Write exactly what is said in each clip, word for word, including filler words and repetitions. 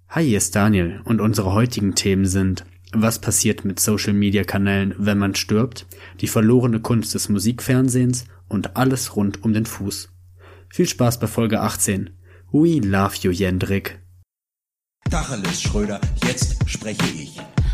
Hi, hier ist Daniel und unsere heutigen Themen sind: Was passiert mit Social-Media-Kanälen, wenn man stirbt? Die verlorene Kunst des Musikfernsehens und alles rund um den Fuß. Viel Spaß bei Folge achtzehn. We love you, Jendrik. Tacheles, Schröder, jetzt spreche ich.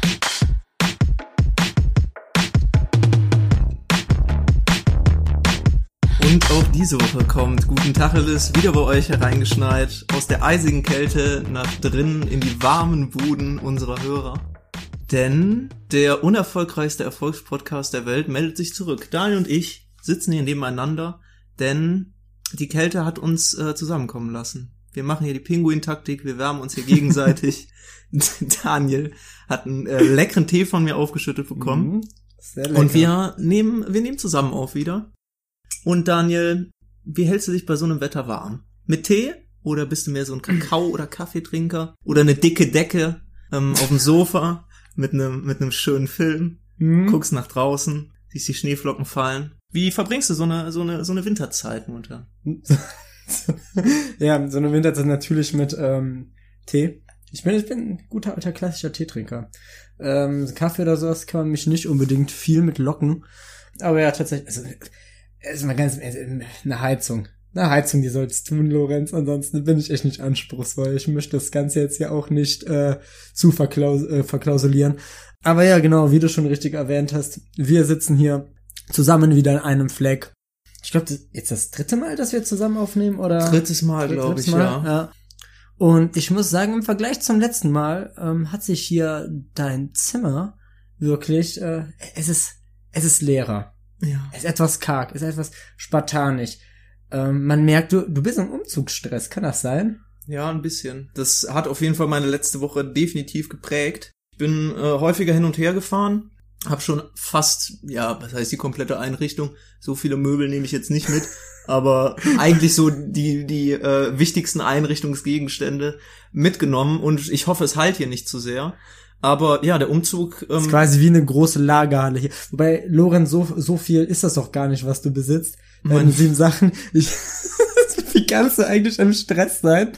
Und auch diese Woche kommt Guten Tacheles wieder bei euch hereingeschneit, aus der eisigen Kälte nach drinnen in die warmen Buden unserer Hörer. Denn der unerfolgreichste Erfolgspodcast der Welt meldet sich zurück. Daniel und ich sitzen hier nebeneinander, denn die Kälte hat uns äh, zusammenkommen lassen. Wir machen hier die Pinguin-Taktik, wir wärmen uns hier gegenseitig. Daniel hat einen äh, leckeren Tee von mir aufgeschüttet bekommen. Mhm, sehr lecker. Und wir nehmen, wir nehmen zusammen auf wieder. Und Daniel, wie hältst du dich bei so einem Wetter warm? Mit Tee? Oder bist du mehr so ein Kakao- oder Kaffeetrinker? Oder eine dicke Decke ähm, auf dem Sofa mit einem mit einem schönen Film? Mhm. Guckst nach draußen, siehst die Schneeflocken fallen. Wie verbringst du so eine so eine so eine Winterzeit munter? Ja, so eine Winterzeit natürlich mit ähm, Tee. Ich bin, ich bin ein guter alter klassischer Teetrinker. Ähm, Kaffee oder sowas kann man mich nicht unbedingt viel mit locken. Aber ja, tatsächlich, also erstmal ganz, also eine Heizung. Eine Heizung, die soll's tun, Lorenz. Ansonsten bin ich echt nicht anspruchsvoll. Ich möchte das Ganze jetzt ja auch nicht äh, zu verklaus äh, verklausulieren. Aber ja, genau, wie du schon richtig erwähnt hast, wir sitzen hier zusammen wieder in einem Fleck. Ich glaube, jetzt das dritte Mal, dass wir zusammen aufnehmen, oder? Drittes Mal, glaube ich, Mal? ja. ja. Und ich muss sagen, im Vergleich zum letzten Mal ähm, hat sich hier dein Zimmer wirklich, äh, es ist, es ist leerer. Ja. Es ist etwas karg, es ist etwas spartanisch. Ähm, man merkt, du, du bist im Umzugsstress, kann das sein? Ja, ein bisschen. Das hat auf jeden Fall meine letzte Woche definitiv geprägt. Ich bin äh, häufiger hin und her gefahren, habe schon fast, ja, was heißt die komplette Einrichtung, so viele Möbel nehme ich jetzt nicht mit, aber eigentlich so die die äh, wichtigsten Einrichtungsgegenstände mitgenommen und ich hoffe, es halt hier nicht zu sehr. Aber ja, der Umzug ähm, Das ist quasi wie eine große Lagerhalle hier. Wobei, Lorenz, so, so viel ist das doch gar nicht, was du besitzt. Deine sieben Sachen. Ich, wie kannst du eigentlich im Stress sein?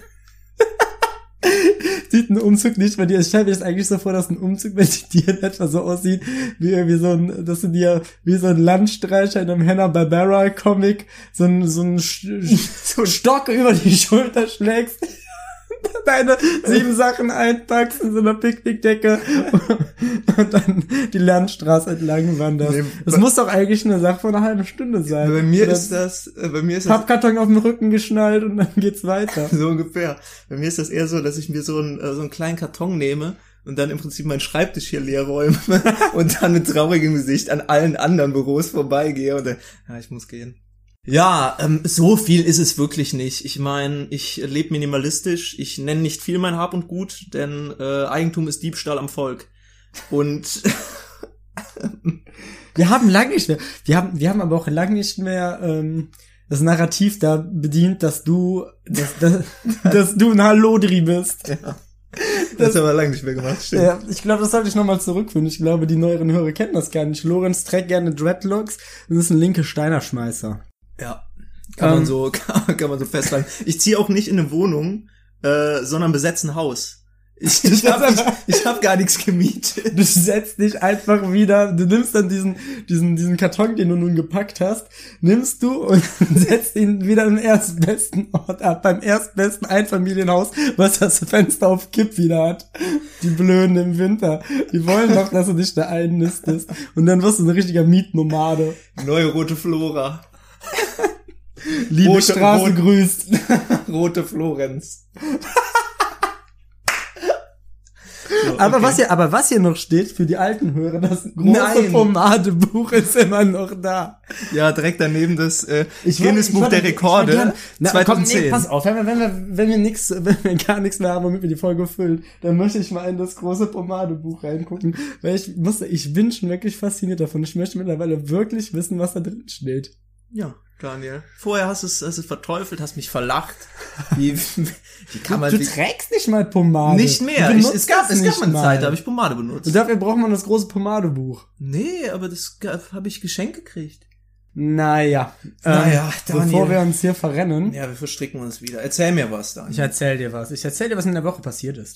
Sieht ein Umzug nicht bei dir. Ich stelle mir das eigentlich so vor, dass ein Umzug bei dir in etwa so aussieht, wie irgendwie so ein, dass du dir wie so ein Landstreicher in einem Hanna-Barbera-Comic so ein, so ein, so ein Stock über die Schulter schlägst. Deine sieben Sachen einpackst in so einer Picknickdecke und dann die Landstraße entlang wanderst. Nee, das muss doch eigentlich eine Sache von einer halben Stunde sein. Bei mir Oder ist das, bei mir ist das Pappkarton auf dem Rücken geschnallt und dann geht's weiter. So ungefähr. Bei mir ist das eher so, dass ich mir so einen, so einen kleinen Karton nehme und dann im Prinzip meinen Schreibtisch hier leer räume und dann mit traurigem Gesicht an allen anderen Büros vorbeigehe und dann, ja, ich muss gehen. Ja, ähm, so viel ist es wirklich nicht. Ich meine, ich lebe minimalistisch. Ich nenne nicht viel mein Hab und Gut, denn äh, Eigentum ist Diebstahl am Volk. Und wir haben lange nicht mehr, wir haben, wir haben aber auch lange nicht mehr ähm, das Narrativ da bedient, dass du, dass, dass, dass du ein Hallodri bist. Ja. Das, das haben wir lange nicht mehr gemacht, stimmt. Ja, ich glaube, das sollte ich nochmal zurückführen. Ich glaube, die neueren Hörer kennen das gar nicht. Lorenz trägt gerne Dreadlocks und ist ein linke Steinerschmeißer. Ja, kann man um, so kann, kann man so festhalten. Ich ziehe auch nicht in eine Wohnung, äh, sondern besetze ein Haus. Ich, ich habe ich, ich hab gar nichts gemietet. Du setzt dich einfach wieder, du nimmst dann diesen diesen diesen Karton, den du nun gepackt hast, nimmst du und setzt ihn wieder im erstbesten Ort ab, beim erstbesten Einfamilienhaus, was das Fenster auf Kipp wieder hat. Die Blöden im Winter, die wollen doch, dass du dich da einnistest und dann wirst du ein richtiger Mietnomade. Neue rote Flora. Liebe rote, Straße rote, grüßt. Rote Florenz. So, okay. Aber was hier, aber was hier noch steht für die alten Hörer, das große Nein. Pomadebuch ist immer noch da. Ja, direkt daneben das äh, Guinness-Buch der Rekorde. Na, zweitausendzehn. Komm, nee, pass auf, wenn wir, wenn wir, wenn wir nix, wenn wir gar nichts mehr haben, womit wir die Folge füllen, dann möchte ich mal in das große Pomadebuch reingucken, weil ich musste, ich bin schon wirklich fasziniert davon. Ich möchte mittlerweile wirklich wissen, was da drin steht. Ja, Daniel. Vorher hast du es, hast es verteufelt, hast mich verlacht. Wie, wie kann man du, du trägst nicht mal Pomade. Nicht mehr. Ich, es gab, es gab mal eine Zeit, da habe ich Pomade benutzt. Und dafür braucht man das große Pomadebuch. Nee, aber das habe ich geschenkt gekriegt. Naja. Naja, ähm, Daniel. Bevor wir uns hier verrennen. Ja, wir verstricken uns wieder. Erzähl mir was, Daniel. Ich erzähl dir was. Ich erzähl dir, was in der Woche passiert ist.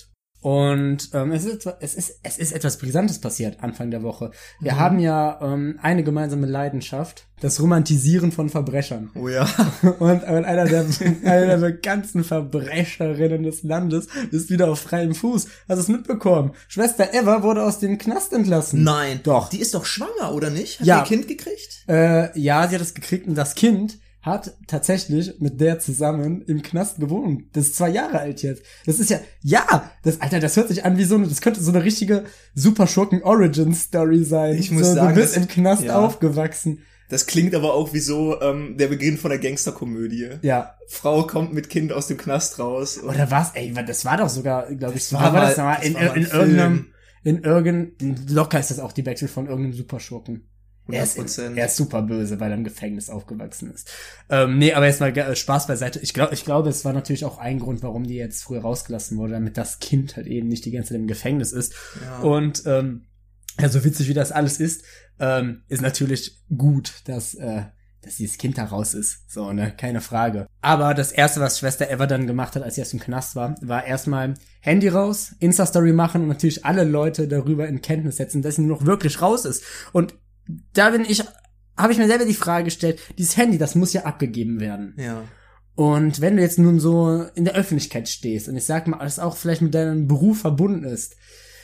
Und ähm, es, ist, es, ist, es ist etwas Brisantes passiert Anfang der Woche. Wir Mhm. haben ja ähm, eine gemeinsame Leidenschaft, das Romantisieren von Verbrechern. Oh ja. Und einer der, einer der bekanntesten Verbrecherinnen des Landes ist wieder auf freiem Fuß. Hast du es mitbekommen? Schwester Eva wurde aus dem Knast entlassen. Nein. Doch. Die ist doch schwanger, oder nicht? Hat Ja. die ein Kind gekriegt? Äh, ja, sie hat es gekriegt und das Kind hat tatsächlich mit der zusammen im Knast gewohnt. Das ist zwei Jahre alt jetzt. Das ist ja, ja, das, Alter, das hört sich an wie so eine, das könnte so eine richtige Superschurken-Origin-Story sein. Ich muss so, sagen, du bist das- im Knast ja. aufgewachsen. Das klingt aber auch wie so ähm, der Beginn von der Gangsterkomödie. Ja. Frau kommt mit Kind aus dem Knast raus. und- Oder was? Ey, das war doch sogar, glaube ich, Das war war mal- das nochmal das in, war mal in ein irgendeinem, Film. in irgendeinem, locker ist das auch die Wechsel von irgendeinem Superschurken. Er ist, hundert Prozent. er ist super böse, weil er im Gefängnis aufgewachsen ist. Ähm, nee, aber jetzt mal äh, Spaß beiseite. Ich glaube, ich glaube, es war natürlich auch ein Grund, warum die jetzt früher rausgelassen wurde, damit das Kind halt eben nicht die ganze Zeit im Gefängnis ist. Ja. Und ähm, ja, so witzig wie das alles ist, ähm, ist natürlich gut, dass äh, dass dieses Kind da raus ist. So, ne, keine Frage. Aber das Erste, was Schwester Eva dann gemacht hat, als sie aus dem Knast war, war erstmal Handy raus, Insta-Story machen und natürlich alle Leute darüber in Kenntnis setzen, dass sie nur noch wirklich raus ist. Und da bin ich, habe ich mir selber die Frage gestellt, dieses Handy, das muss ja abgegeben werden. Ja. Und wenn du jetzt nun so in der Öffentlichkeit stehst und ich sag mal, das auch vielleicht mit deinem Beruf verbunden ist,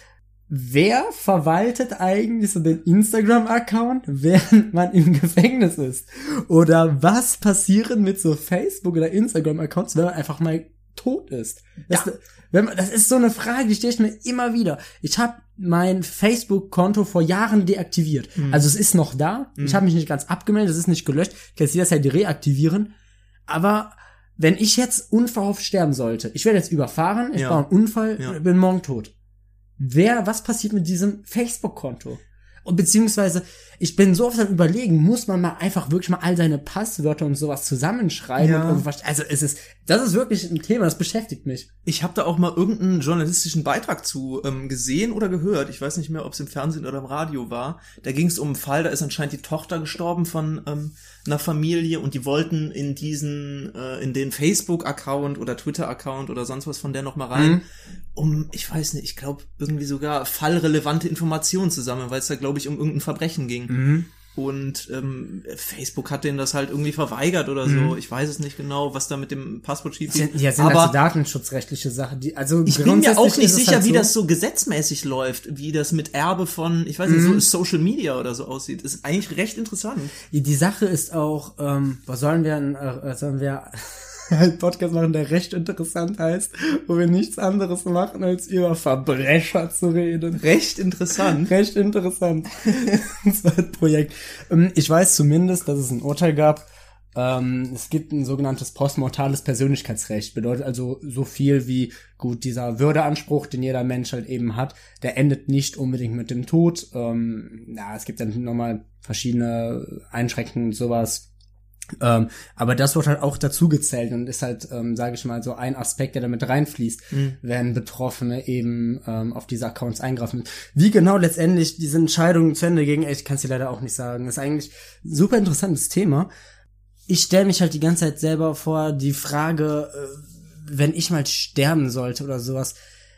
wer verwaltet eigentlich so den Instagram-Account, während man im Gefängnis ist? Oder was passiert mit so Facebook- oder Instagram-Accounts, wenn man einfach mal tot ist? Das, Ja. wenn man, das ist so eine Frage, die stelle ich mir immer wieder. Ich habe mein Facebook-Konto vor Jahren deaktiviert. Mhm. Also es ist noch da. Mhm. Ich habe mich nicht ganz abgemeldet, es ist nicht gelöscht. Ich kann es jederzeit reaktivieren. Aber wenn ich jetzt unverhofft sterben sollte, ich werde jetzt überfahren, ich Ja. baue einen Unfall, Ja. bin morgen tot. Wer, was passiert mit diesem Facebook-Konto? Und beziehungsweise, ich bin so oft am Überlegen, muss man mal einfach wirklich mal all seine Passwörter und sowas zusammenschreiben Ja. und irgendwas, also es ist, das ist wirklich ein Thema, das beschäftigt mich. Ich habe da auch mal irgendeinen journalistischen Beitrag zu ähm, gesehen oder gehört. Ich weiß nicht mehr, ob es im Fernsehen oder im Radio war. Da ging es um einen Fall, da ist anscheinend die Tochter gestorben von ähm, einer Familie und die wollten in diesen, äh, in den Facebook-Account oder Twitter-Account oder sonst was von der noch mal rein, Mhm. um, ich weiß nicht, ich glaube irgendwie sogar fallrelevante Informationen zu sammeln, weil es da, glaube ich, um irgendein Verbrechen ging. Mhm. Und ähm, Facebook hat denen das halt irgendwie verweigert oder so. Mhm. Ich weiß es nicht genau, was da mit dem Passport schief Das lief. sind, ja, sind Aber also datenschutzrechtliche Sachen, die, also ich bin mir auch grundsätzlich nicht ist es sicher, halt wie so, das so gesetzmäßig läuft, wie das mit Erbe von, ich weiß nicht, Mhm. so Social Media oder so aussieht. Ist eigentlich recht interessant. Die Sache ist auch, ähm, was sollen wir, äh, sollen wir einen Podcast machen, der recht interessant heißt, wo wir nichts anderes machen, als über Verbrecher zu reden. Recht interessant. Recht interessant. Das war ein Projekt. Ähm, Ich weiß zumindest, dass es ein Urteil gab. Ähm, es gibt ein sogenanntes postmortales Persönlichkeitsrecht. Bedeutet also so viel wie, gut, dieser Würdeanspruch, den jeder Mensch halt eben hat, der endet nicht unbedingt mit dem Tod. Ähm, ja, es gibt dann nochmal verschiedene Einschränkungen und sowas. Ähm, aber das wird halt auch dazu gezählt und ist halt, ähm, sage ich mal, so ein Aspekt, der damit reinfließt, Mhm. wenn Betroffene eben ähm, auf diese Accounts eingreifen. Wie genau letztendlich diese Entscheidungen zu Ende gingen, ich kann es dir leider auch nicht sagen. Das ist eigentlich ein super interessantes Thema. Ich stelle mich halt die ganze Zeit selber vor die Frage, äh, wenn ich mal sterben sollte oder sowas,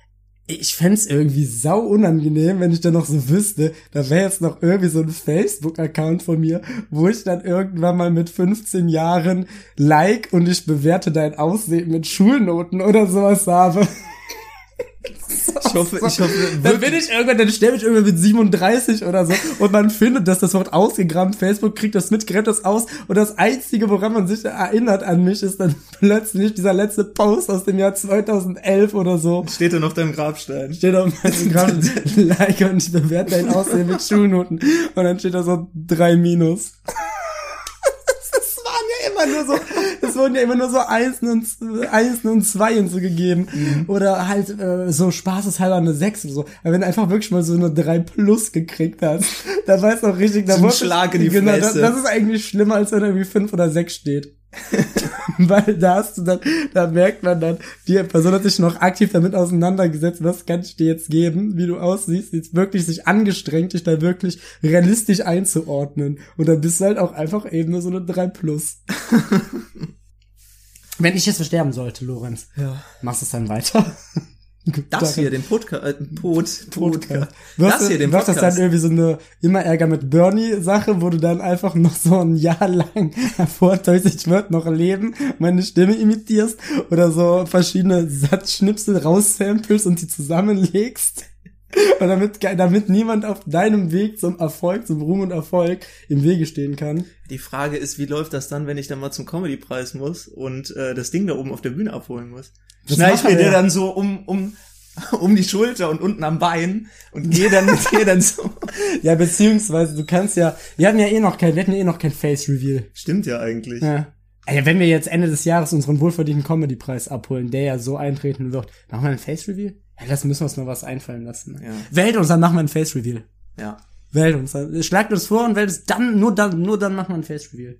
ich fänd's irgendwie sau unangenehm, wenn ich dann noch so wüsste, da wäre jetzt noch irgendwie so ein Facebook-Account von mir, wo ich dann irgendwann mal mit fünfzehn Jahren like und ich bewerte dein Aussehen mit Schulnoten oder sowas habe. Ich hoffe, ich hoffe, Dann bin ich irgendwann, dann stelle ich irgendwann mit siebenunddreißig oder so und man findet, dass das Wort ausgegraben, Facebook kriegt das mit, gräbt das aus und das Einzige, woran man sich erinnert an mich, ist dann plötzlich dieser letzte Post aus dem Jahr zweitausendelf oder so. steht da noch dein Grabstein. Steht auf meinem Gramm, like und ich bewerte dein Aussehen mit Schulnoten und dann steht da so drei Minus. Das waren ja immer nur so, das wurden ja immer nur so Einsen und, Einsen und Zweien so gegeben. Mhm. Oder halt äh, so spaßeshalber eine sechs oder so. Aber wenn du einfach wirklich mal so eine drei plus gekriegt hast, dann weißt du auch richtig, da So ein wurde Schlag in die genau, das, Fresse. das ist eigentlich schlimmer, als wenn da irgendwie fünf oder sechs steht. Weil da hast du dann, da merkt man dann, die Person hat sich noch aktiv damit auseinandergesetzt, was kann ich dir jetzt geben, wie du aussiehst, jetzt wirklich sich angestrengt, dich da wirklich realistisch einzuordnen. Und dann bist du halt auch einfach eben nur so eine drei plus. Wenn ich jetzt versterben sollte, Lorenz, Ja. machst du es dann weiter? Das hier, den Podcast, äh, Pod, Podcast. Das hier, den Podcast. Das dann irgendwie so eine immer Ärger mit Bernie-Sache, wo du dann einfach noch so ein Jahr lang hervortäuschst, ich würde noch leben, meine Stimme imitierst oder so verschiedene Satzschnipsel raussamplest und die zusammenlegst. Und damit, damit niemand auf deinem Weg zum Erfolg, zum Ruhm und Erfolg im Wege stehen kann. Die Frage ist, wie läuft das dann, wenn ich dann mal zum Comedy-Preis muss und äh, das Ding da oben auf der Bühne abholen muss? Schneide ich mir der dann so um um um die Schulter und unten am Bein und gehe dann mit dir dann so. Ja, beziehungsweise du kannst ja, wir hatten ja eh noch kein, wir hatten ja eh noch kein Face-Reveal. Stimmt ja eigentlich. Ja. Also wenn wir jetzt Ende des Jahres unseren wohlverdienten Comedy-Preis abholen, der ja so eintreten wird, machen wir einen Face-Reveal? Ja, das müssen wir uns noch was einfallen lassen. Ja. Wählt uns, dann machen wir einen Face-Reveal. Ja. Wählt uns, dann, schlagt uns vor und wählt uns dann, nur dann, nur dann machen wir einen Face-Reveal.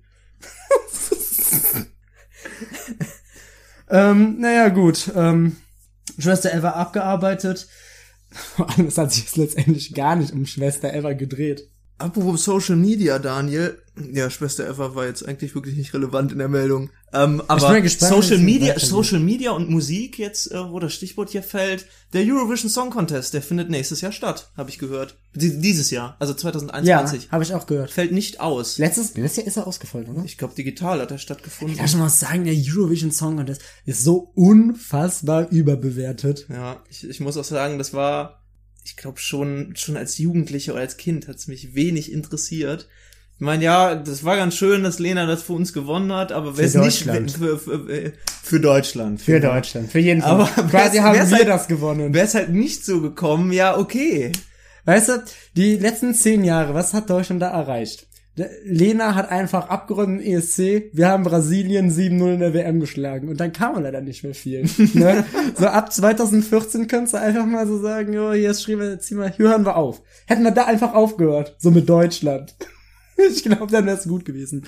ähm, naja, gut, ähm, Schwester Eva abgearbeitet. Vor allem, es hat sich jetzt letztendlich gar nicht um Schwester Eva gedreht. Apropos Social Media, Daniel. Ja, Schwester Eva war jetzt eigentlich wirklich nicht relevant in der Meldung. Ähm, aber gespannt, Social Media, Social Media und Musik jetzt, äh, wo das Stichwort hier fällt. Der Eurovision Song Contest, der findet nächstes Jahr statt, habe ich gehört. Dieses Jahr, also zwanzig einundzwanzig. Ja, habe ich auch gehört. Fällt nicht aus. Letztes, letztes Jahr ist er ausgefallen, oder? Ich glaube, digital hat er stattgefunden. Ich darf schon mal sagen, der Eurovision Song Contest ist so unfassbar überbewertet. Ja, ich, ich muss auch sagen, das war... Ich glaube schon, schon als Jugendlicher oder als Kind hat's mich wenig interessiert. Ich meine, ja, das war ganz schön, dass Lena das für uns gewonnen hat, aber wer es nicht für, für, für Deutschland. Für genau. Deutschland, für jeden Fall. Aber quasi haben wir halt, das gewonnen. Wäre es halt nicht so gekommen, ja, okay. Weißt du, die letzten zehn Jahre, was hat Deutschland da erreicht? Lena hat einfach abgeräumt im E S C, wir haben Brasilien sieben null in der W M geschlagen und dann kam man leider nicht mehr viel. Ne? So ab zwanzig vierzehn könntest du einfach mal so sagen, jo, hier ist schrieben, zieh mal, hier hören wir auf. Hätten wir da einfach aufgehört, so mit Deutschland. Ich glaube, dann wäre es gut gewesen.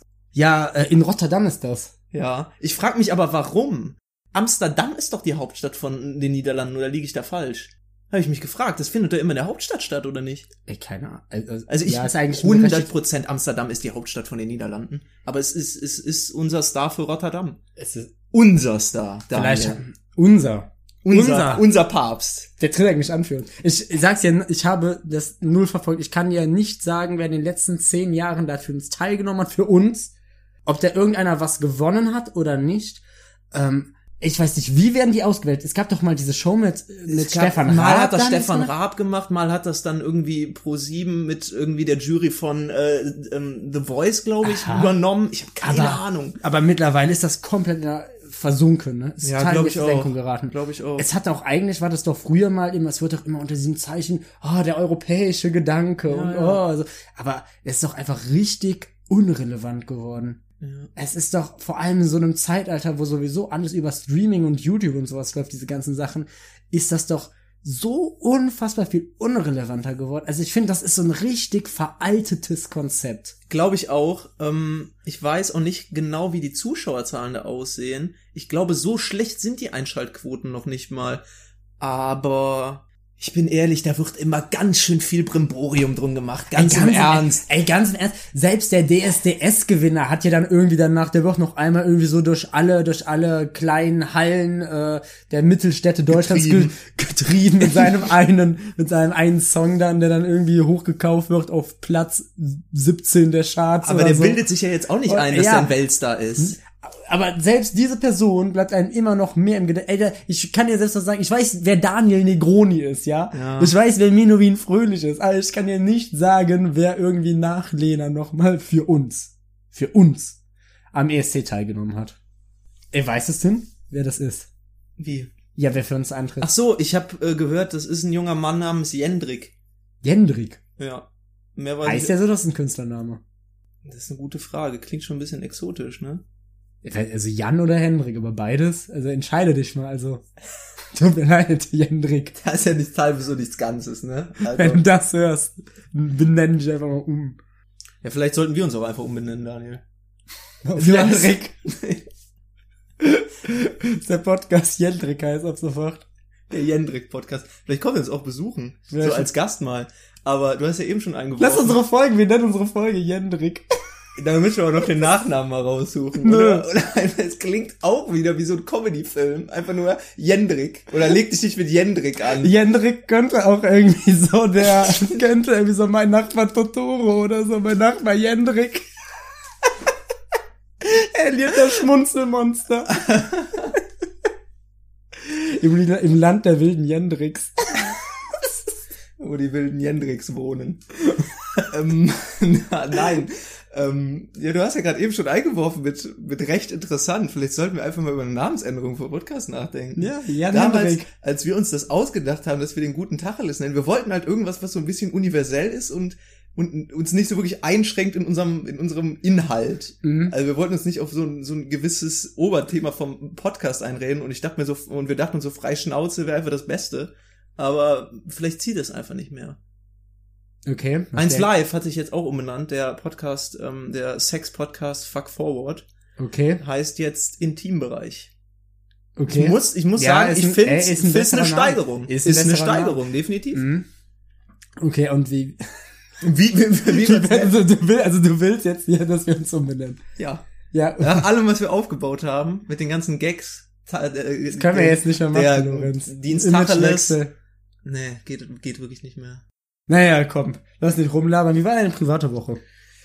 Ja, äh, in Rotterdam ist das. Ja, ich frage mich aber, warum? Amsterdam ist doch die Hauptstadt von den Niederlanden, oder liege ich da falsch? Habe ich mich gefragt, das findet doch immer in der Hauptstadt statt, oder nicht? Ey, keine Ahnung. Also, also ich, ja, ist eigentlich hundert Prozent Amsterdam ist die Hauptstadt von den Niederlanden. Aber es ist, es ist unser Star für Rotterdam. Es ist unser Star, Daniel. Vielleicht unser. Unser, unser, unser Papst. Der tritt eigentlich anführen. Ich, ich sag's ja, ich habe das null verfolgt. Ich kann ja nicht sagen, wer in den letzten zehn Jahren da für uns teilgenommen hat, für uns. Ob da irgendeiner was gewonnen hat oder nicht. Ähm, Ich weiß nicht, wie werden die ausgewählt? Es gab doch mal diese Show mit, mit Stefan Raab. Mal hat das Stefan Raab gemacht, mal hat das dann irgendwie Pro sieben mit irgendwie der Jury von äh, ähm, The Voice, glaube ich, Aha. übernommen. Ich habe keine aber, Ahnung. Aber mittlerweile ist das komplett versunken, ne? Ist ja, glaube ich auch. geraten. Glaube ich auch. Es hat auch eigentlich, war das doch früher mal immer, es wird doch immer unter diesem Zeichen, oh, der europäische Gedanke ja, und ja. oh, also, aber es ist doch einfach richtig unrelevant geworden. Ja. Es ist doch vor allem in so einem Zeitalter, wo sowieso alles über Streaming und YouTube und sowas läuft, diese ganzen Sachen, ist das doch so unfassbar viel unrelevanter geworden. Also ich finde, das ist so ein richtig veraltetes Konzept. Glaube ich auch. Ähm, ich weiß auch nicht genau, wie die Zuschauerzahlen da aussehen. Ich glaube, so schlecht sind die Einschaltquoten noch nicht mal. Aber ich bin ehrlich, da wird immer ganz schön viel Brimborium drum gemacht. Ganz, ey, ganz im Ernst. Ey, ganz im Ernst. Selbst der D S D S-Gewinner hat ja dann irgendwie danach der Woche noch einmal irgendwie so durch alle, durch alle kleinen Hallen äh, der Mittelstädte Deutschlands getrieben, ge- getrieben mit seinem einen, mit seinem einen Song dann, der dann irgendwie hochgekauft wird auf Platz siebzehn der Charts. Aber oder der so. bildet sich ja jetzt auch nicht ein, dass ja. er ein Weltstar ist. Aber selbst diese Person bleibt einem immer noch mehr im Gedächtnis. Ich kann dir selbst was sagen, ich weiß, wer Daniel Negroni ist, ja? ja. Ich weiß, wer Menuhin Fröhlich ist, aber ich kann dir nicht sagen, wer irgendwie nach Lena nochmal für uns, für uns am E S C teilgenommen hat. Er weiß es denn, wer das ist? Wie? Ja, wer für uns antritt. Ach so, ich habe äh, gehört, das ist ein junger Mann namens Jendrik. Jendrik? Ja. Mehr weiß heißt der so, das ist ein Künstlername? Das ist eine gute Frage. Klingt schon ein bisschen exotisch, ne? Also Jan oder Hendrik, aber beides. Also entscheide dich mal, also. Tut mir leid, Jendrik. Das ist ja nichts halbes und nichts Ganzes, ne? Also. Wenn du das hörst, benenn dich einfach mal um. Ja, vielleicht sollten wir uns auch einfach umbenennen, Daniel. Auf Jendrik. Der Podcast Jendrik heißt ab sofort. Der Jendrik-Podcast. Vielleicht kommen wir uns auch besuchen. Ja, so als Gast mal. Aber du hast ja eben schon eingeworfen. Lass unsere Folge, wir nennen unsere Folge Jendrik. Da müssen wir auch noch den Nachnamen mal raussuchen. Nö. Oder, oder es klingt auch wieder wie so ein Comedy-Film. Einfach nur Jendrik. Oder leg dich nicht mit Jendrik an. Jendrik könnte auch irgendwie so der, könnte irgendwie so mein Nachbar Totoro oder so, mein Nachbar Jendrik. Elliot, das Schmunzelmonster. Im, Im Land der wilden Jendriks. Wo die wilden Jendriks wohnen. ähm, na, nein. Ähm, ja, du hast ja gerade eben schon eingeworfen mit, mit recht interessant. Vielleicht sollten wir einfach mal über eine Namensänderung für Podcast nachdenken. Ja, Jan Damals, Jendrik. als wir uns das ausgedacht haben, dass wir den guten Tacheles nennen, wir wollten halt irgendwas, was so ein bisschen universell ist und, und uns nicht so wirklich einschränkt in unserem, in unserem Inhalt. Mhm. Also wir wollten uns nicht auf so ein, so ein gewisses Oberthema vom Podcast einreden und ich dachte mir so, und wir dachten uns so, frei Schnauze wäre einfach das Beste. Aber vielleicht zieht es einfach nicht mehr. Okay. Eins Live hat sich jetzt auch umbenannt, der Podcast, ähm, der Sex-Podcast Fuck Forward. Okay. Heißt jetzt Intimbereich. Okay. Ich muss, ich muss ja, sagen, ich ein, finde, ey, es ist, ist, ein ist eine Steigerung. Ist, ist ein eine Steigerung, Name. Definitiv. Mhm. Okay, und wie? Wie, wie, wie, wie also, du willst, also du willst jetzt hier, dass wir uns umbenennen. Ja. Ja. Nach allem, was wir aufgebaut haben, mit den ganzen Gags. Äh, das können wir jetzt nicht mehr machen, der Lorenz. Dienst Tacheles. Nee, geht, geht wirklich nicht mehr. Naja, komm, lass nicht rumlabern. Wie war deine private Woche?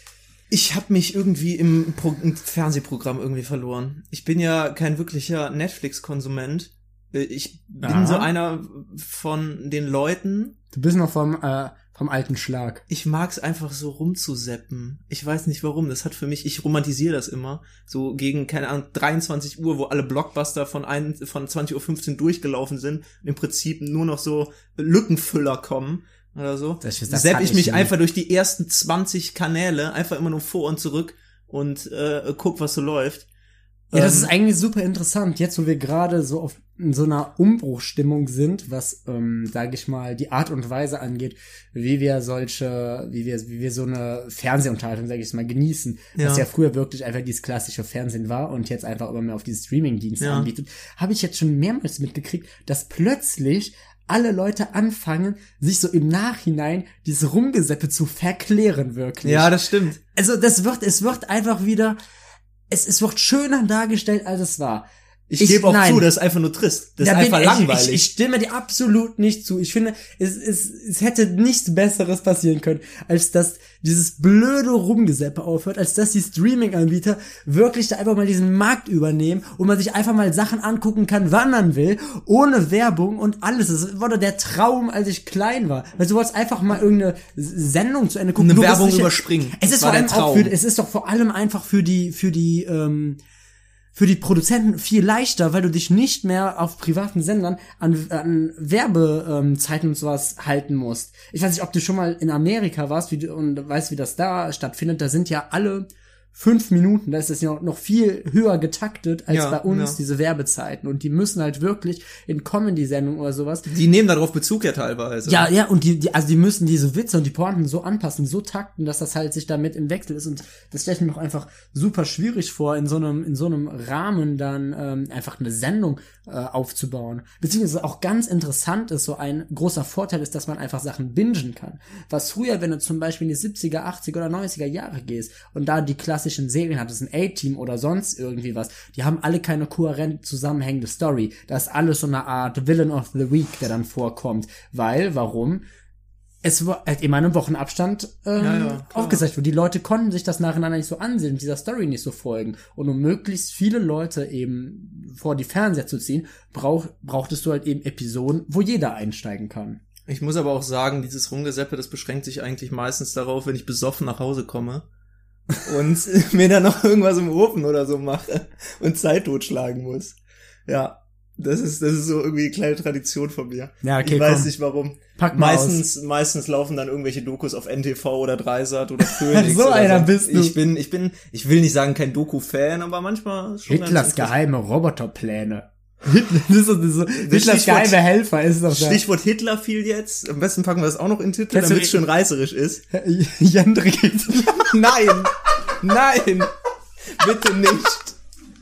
Ich habe mich irgendwie im, Pro- im Fernsehprogramm irgendwie verloren. Ich bin ja kein wirklicher Netflix-Konsument. Ich bin Aha. so einer von den Leuten. Du bist noch vom, äh, vom alten Schlag. Ich mag's einfach so rumzuseppen. Ich weiß nicht warum. Das hat für mich, ich romantisiere das immer. So gegen, keine Ahnung, dreiundzwanzig Uhr, wo alle Blockbuster von, ein, von zwanzig Uhr fünfzehn durchgelaufen sind. Und im Prinzip nur noch so Lückenfüller kommen. Oder so. Das, das Sepp ich, ich mich nie. einfach durch die ersten zwanzig Kanäle, einfach immer nur vor und zurück und äh, guck, was so läuft. Ja, das ähm, ist eigentlich super interessant, jetzt wo wir gerade so auf in so einer Umbruchstimmung sind, was, ähm, sage ich mal, die Art und Weise angeht, wie wir solche, wie wir, wie wir so eine Fernsehunterhaltung, sage ich mal, genießen, ja. was ja früher wirklich einfach dieses klassische Fernsehen war und jetzt einfach immer mehr auf diese Streaming-Dienste ja. anbietet, habe ich jetzt schon mehrmals mitgekriegt, dass plötzlich alle Leute anfangen, sich so im Nachhinein dieses Rumgeseppe zu verklären, wirklich. Ja, das stimmt. Also das wird, es wird einfach wieder, es, es wird schöner dargestellt, als es war. Ich, ich gebe auch nein. zu, das ist einfach nur trist. Das da ist einfach ich, langweilig. Ich, ich stimme dir absolut nicht zu. Ich finde, es, es, es hätte nichts Besseres passieren können, als dass dieses blöde Rumgeseppe aufhört, als dass die Streaming-Anbieter wirklich da einfach mal diesen Markt übernehmen und man sich einfach mal Sachen angucken kann, wann man will, ohne Werbung und alles. Das war doch der Traum, als ich klein war. Weil du wolltest einfach mal irgendeine Sendung zu Ende gucken. Eine du Werbung sicher, überspringen. Es ist vor allem auch für, es ist doch vor allem einfach für die, für die, ähm, für die Produzenten viel leichter, weil du dich nicht mehr auf privaten Sendern an, an Werbezeiten und sowas halten musst. Ich weiß nicht, ob du schon mal in Amerika warst wie du, und weißt, wie das da stattfindet. Da sind ja alle fünf Minuten, da ist es ja noch viel höher getaktet als ja, bei uns, ja. diese Werbezeiten. Und die müssen halt wirklich in Comedy-Sendungen oder sowas. Die nehmen darauf Bezug ja teilweise. Ja, ja, und die, die, also die müssen diese Witze und die Pointen so anpassen, so takten, dass das halt sich damit im Wechsel ist. Und das stelle ich mir auch einfach super schwierig vor, in so einem, in so einem Rahmen dann ähm, einfach eine Sendung äh, aufzubauen. Beziehungsweise auch ganz interessant ist, so ein großer Vorteil ist, dass man einfach Sachen bingen kann. Was früher, wenn du zum Beispiel in die siebziger, achtziger oder neunziger Jahre gehst und da die klassischen Serien hattest, ein A-Team oder sonst irgendwie was, die haben alle keine kohärent zusammenhängende Story. Das ist alles so eine Art Villain of the Week, der dann vorkommt. Weil, warum? Es war halt immer einem Wochenabstand ähm, ja, ja, aufgezeigt wurde. Die Leute konnten sich das nacheinander nicht so ansehen, dieser Story nicht so folgen. Und um möglichst viele Leute eben vor die Fernseher zu ziehen, brauch, brauchtest du halt eben Episoden, wo jeder einsteigen kann. Ich muss aber auch sagen, dieses Rumgeseppe, das beschränkt sich eigentlich meistens darauf, wenn ich besoffen nach Hause komme und mir dann noch irgendwas im Ofen oder so mache und Zeit totschlagen muss. Ja, das ist das ist so irgendwie eine kleine Tradition von mir. Ja, okay, ich weiß komm. nicht warum. Pack mal meistens aus. meistens laufen dann irgendwelche Dokus auf N T V oder Dreisat oder Phoenix. So oder einer so. bist du. Ich bin ich bin ich will nicht sagen kein Doku-Fan, aber manchmal schon ganz Hitlers interessant. geheime Roboterpläne. Hitler, das ist so, das ist so, Hitlers Stichwort- geheime Helfer ist doch da. Stichwort Hitler fiel jetzt. Am besten packen wir das auch noch in den Titel, Kennst du damit es die- schön reißerisch ist. Jendrik. Nein! Nein! Bitte nicht!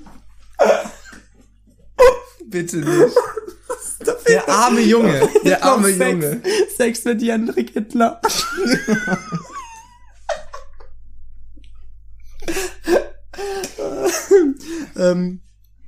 Bitte nicht! Der arme Junge! Der arme Sex, Junge! Sex mit Jendrik Hitler. ähm,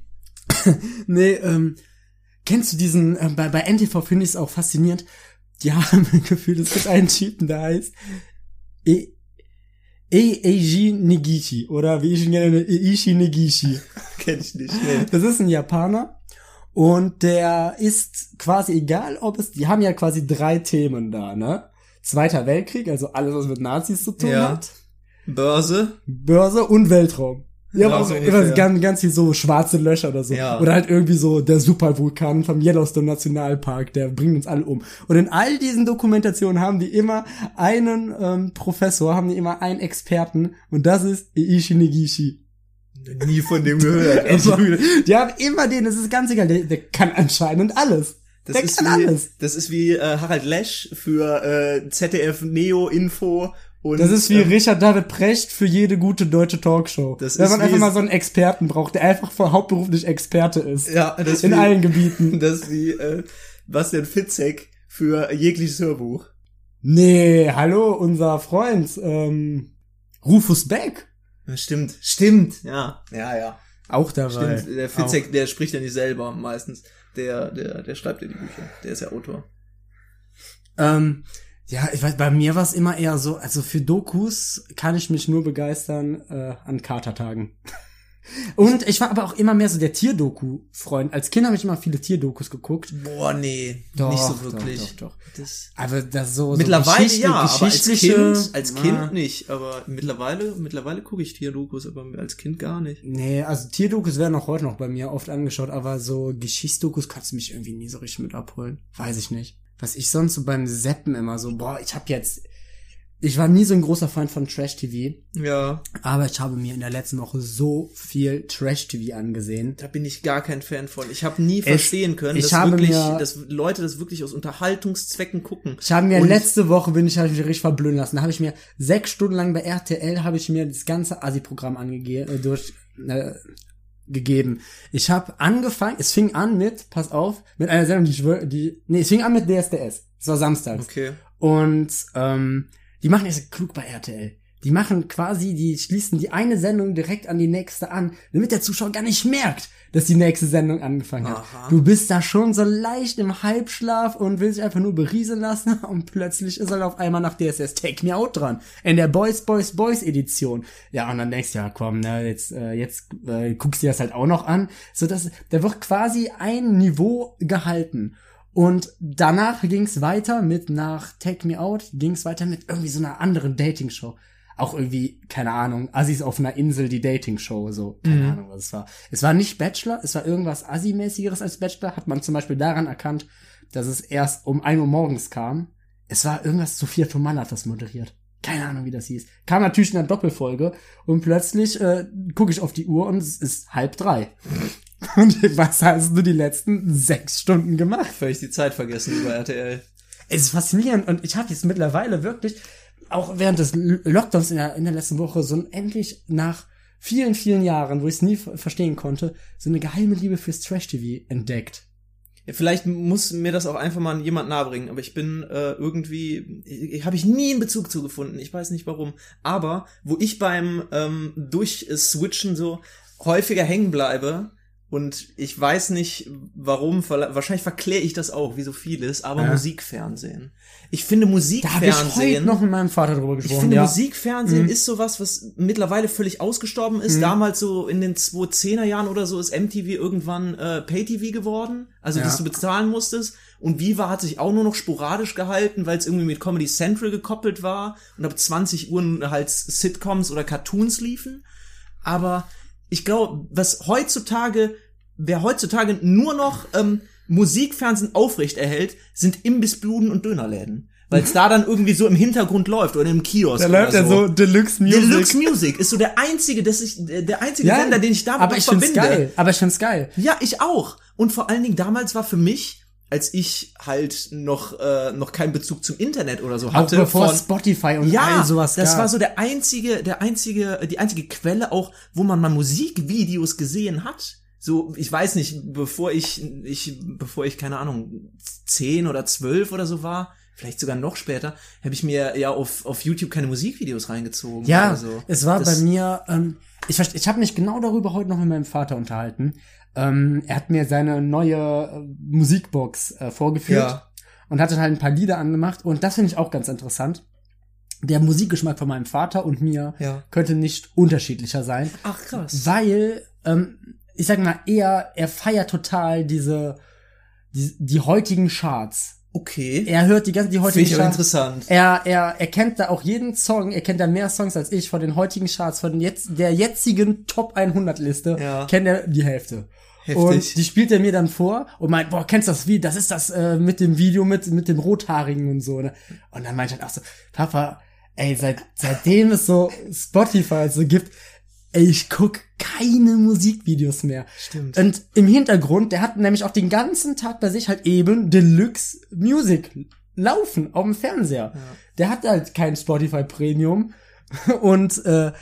nee, ähm, kennst du diesen, äh, bei, bei N T V finde ich es auch faszinierend, die haben ein Gefühl, es gibt einen Typen, der heißt e E Eiji Negishi, oder wie ich ihn gerne, Eishi Negishi. Kenn ich nicht, nee. Das ist ein Japaner und der ist quasi egal, ob es, die haben ja quasi drei Themen da, ne? Zweiter Weltkrieg, also alles, was mit Nazis zu tun Ja. hat. Börse. Börse und Weltraum. Ja, Ja, aber so auch ungefähr. immer ganz, ganz viel so schwarze Löcher oder so. Ja. Oder halt irgendwie so der Supervulkan vom Yellowstone Nationalpark, der bringt uns alle um. Und in all diesen Dokumentationen haben die immer einen ähm, Professor, haben die immer einen Experten und das ist Eishi Negishi. Nie von dem gehört. Also, die haben immer den, das ist ganz egal, der, der kann anscheinend alles. Das der ist kann wie, alles. Das ist wie äh, Harald Lesch für äh, Z D F Neo Info. Und, Das ist wie ähm, Richard David Precht für jede gute deutsche Talkshow. Das Wenn ist man wie einfach es- mal so einen Experten braucht, der einfach voll hauptberuflich Experte ist. Ja, das ist in wie, allen Gebieten. Das ist wie äh, Bastian Fitzek für jegliches Hörbuch. Nee, hallo, unser Freund, ähm, Rufus Beck. Ja, stimmt, stimmt, ja, ja, ja. Auch dabei. Stimmt, der Fitzek, der spricht ja nicht selber meistens. Der, der, der schreibt ja die Bücher. Der ist ja Autor. Ähm, ja, ich weiß, bei mir war es immer eher so, also für Dokus kann ich mich nur begeistern äh, an Katertagen. Und ich war aber auch immer mehr so der Tierdoku-Freund. Als Kind habe ich immer viele Tierdokus geguckt. Boah, nee, Doch, nicht so doch, wirklich. doch, doch. Das Aber das so, mittlerweile so ja, aber als geschichtliche, Kind, als Kind na, nicht. Aber mittlerweile, mittlerweile gucke ich Tierdokus, aber als Kind gar nicht. Nee, also Tierdokus werden auch heute noch bei mir oft angeschaut, aber so Geschichtsdokus kannst du mich irgendwie nie so richtig mit abholen. Weiß ich nicht. Was ich sonst so beim Seppen immer so, boah, ich hab jetzt, ich war nie so ein großer Fan von Trash-T V, Ja, aber ich habe mir in der letzten Woche so viel Trash-T V angesehen. da bin ich gar kein Fan von. Ich habe nie Es- verstehen können, ich dass habe wirklich, mir- dass Leute das wirklich aus Unterhaltungszwecken gucken. Ich habe mir Und- letzte Woche, bin ich, habe ich mich richtig verblöden lassen, da habe ich mir sechs Stunden lang bei R T L, habe ich mir das ganze Asi-Programm angegeben, äh, durch, äh, gegeben. Ich habe angefangen, es fing an mit, pass auf, mit einer Sendung, die ich wür- die, nee, es fing an mit D S D S. Es war samstags. Okay. Und ähm, die machen es klug bei R T L. Die machen quasi, die schließen die eine Sendung direkt an die nächste an, damit der Zuschauer gar nicht merkt, dass die nächste Sendung angefangen hat. Aha. Du bist da schon so leicht im Halbschlaf und willst dich einfach nur berieseln lassen und plötzlich ist halt auf einmal nach D S S Take Me Out dran. In der Boys, Boys, Boys Edition. Ja, und dann denkst du, ja komm, ne, jetzt, äh, jetzt äh, guckst du dir das halt auch noch an. So dass da wird quasi ein Niveau gehalten. Und danach ging's weiter mit, nach Take Me Out, ging's weiter mit irgendwie so einer anderen Dating-Show. Auch irgendwie, keine Ahnung, Assis auf einer Insel, die Dating-Show, so, keine Mhm. Ahnung, was es war. Es war nicht Bachelor, es war irgendwas Assi-mäßigeres als Bachelor, hat man zum Beispiel daran erkannt, dass es erst um ein Uhr morgens kam. Es war irgendwas, Sophia Thomann hat das moderiert. Keine Ahnung, wie das hieß. Kam natürlich in einer Doppelfolge und plötzlich äh, gucke ich auf die Uhr und es ist halb drei. Und was hast du die letzten sechs Stunden gemacht? Völlig die Zeit vergessen über R T L. Es ist faszinierend und ich habe jetzt mittlerweile wirklich, auch während des Lockdowns in der, in der letzten Woche, so ein, endlich nach vielen, vielen Jahren, wo ich es nie ver- verstehen konnte, so eine geheime Liebe fürs Trash-T V entdeckt. Ja, vielleicht muss mir das auch einfach mal jemand nahebringen, aber ich bin äh, irgendwie, ich, habe ich nie einen Bezug zu gefunden. Ich weiß nicht warum. Aber wo ich beim ähm, Durchswitchen so häufiger hängen bleibe, und ich weiß nicht warum, verla- wahrscheinlich verkläre ich das auch, wie so vieles, aber Ja. Musikfernsehen. Ich finde Da habe ich heute Musikfernsehen, noch mit meinem Vater drüber ich gesprochen. finde ja. Musikfernsehen Mhm. ist sowas, was mittlerweile völlig ausgestorben ist. Mhm. Damals so in den zweitausendzehner Jahren oder so ist M T V irgendwann äh, Pay-T V geworden, also Ja. dass du bezahlen musstest. Und Viva hat sich auch nur noch sporadisch gehalten, weil es irgendwie mit Comedy Central gekoppelt war und ab zwanzig Uhr halt Sitcoms oder Cartoons liefen. Aber ich glaube, was heutzutage, wer heutzutage nur noch ähm, Musikfernsehen aufrecht erhält, sind Imbissbuden und Dönerläden. Weil es da dann irgendwie so im Hintergrund läuft oder im Kiosk Da oder läuft ja so Deluxe Music. Deluxe Music ist so der einzige, das ich, der einzige Ja, Sender, den ich damit aber noch ich find's verbinde. geil. Aber ich find's geil. Ja, ich auch. Und vor allen Dingen damals war für mich, als ich halt noch äh, noch keinen Bezug zum Internet oder so Auch hatte, bevor von, Spotify und ja, all sowas das gab. war so der einzige, der einzige, die einzige Quelle auch, wo man mal Musikvideos gesehen hat. So, ich weiß nicht, bevor ich, ich, bevor ich, keine Ahnung, zehn oder zwölf oder so war, vielleicht sogar noch später, habe ich mir ja auf auf YouTube keine Musikvideos reingezogen. Ja, oder so. es war das, bei mir, ähm, ich, ich habe mich genau darüber heute noch mit meinem Vater unterhalten. Ähm, er hat mir seine neue äh, Musikbox äh, vorgeführt Ja. und hat dann halt ein paar Lieder angemacht. Und das finde ich auch ganz interessant. Der Musikgeschmack von meinem Vater und mir Ja. könnte nicht unterschiedlicher sein. Ach krass. Weil, ähm, ich sag mal, er, er feiert total diese, die, die heutigen Charts. Okay. Er hört die ganzen, die heutigen Finde ich aber Charts. interessant. Er, er, er kennt da auch jeden Song, er kennt da mehr Songs als ich von den heutigen Charts, von den jetzt, der jetzigen Top hundert Liste, Ja. kennt er die Hälfte. Heftig. Und die spielt er mir dann vor und meint, boah, kennst du das Lied? Das ist das äh, mit dem Video mit, mit dem Rothaarigen und so, ne? Und dann meint er halt auch so, Papa, ey, seit, seitdem es so Spotify so gibt, ey, ich guck keine Musikvideos mehr. Stimmt. Und im Hintergrund, der hat nämlich auch den ganzen Tag bei sich halt eben Deluxe Music laufen auf dem Fernseher. Ja. Der hat halt kein Spotify Premium und äh,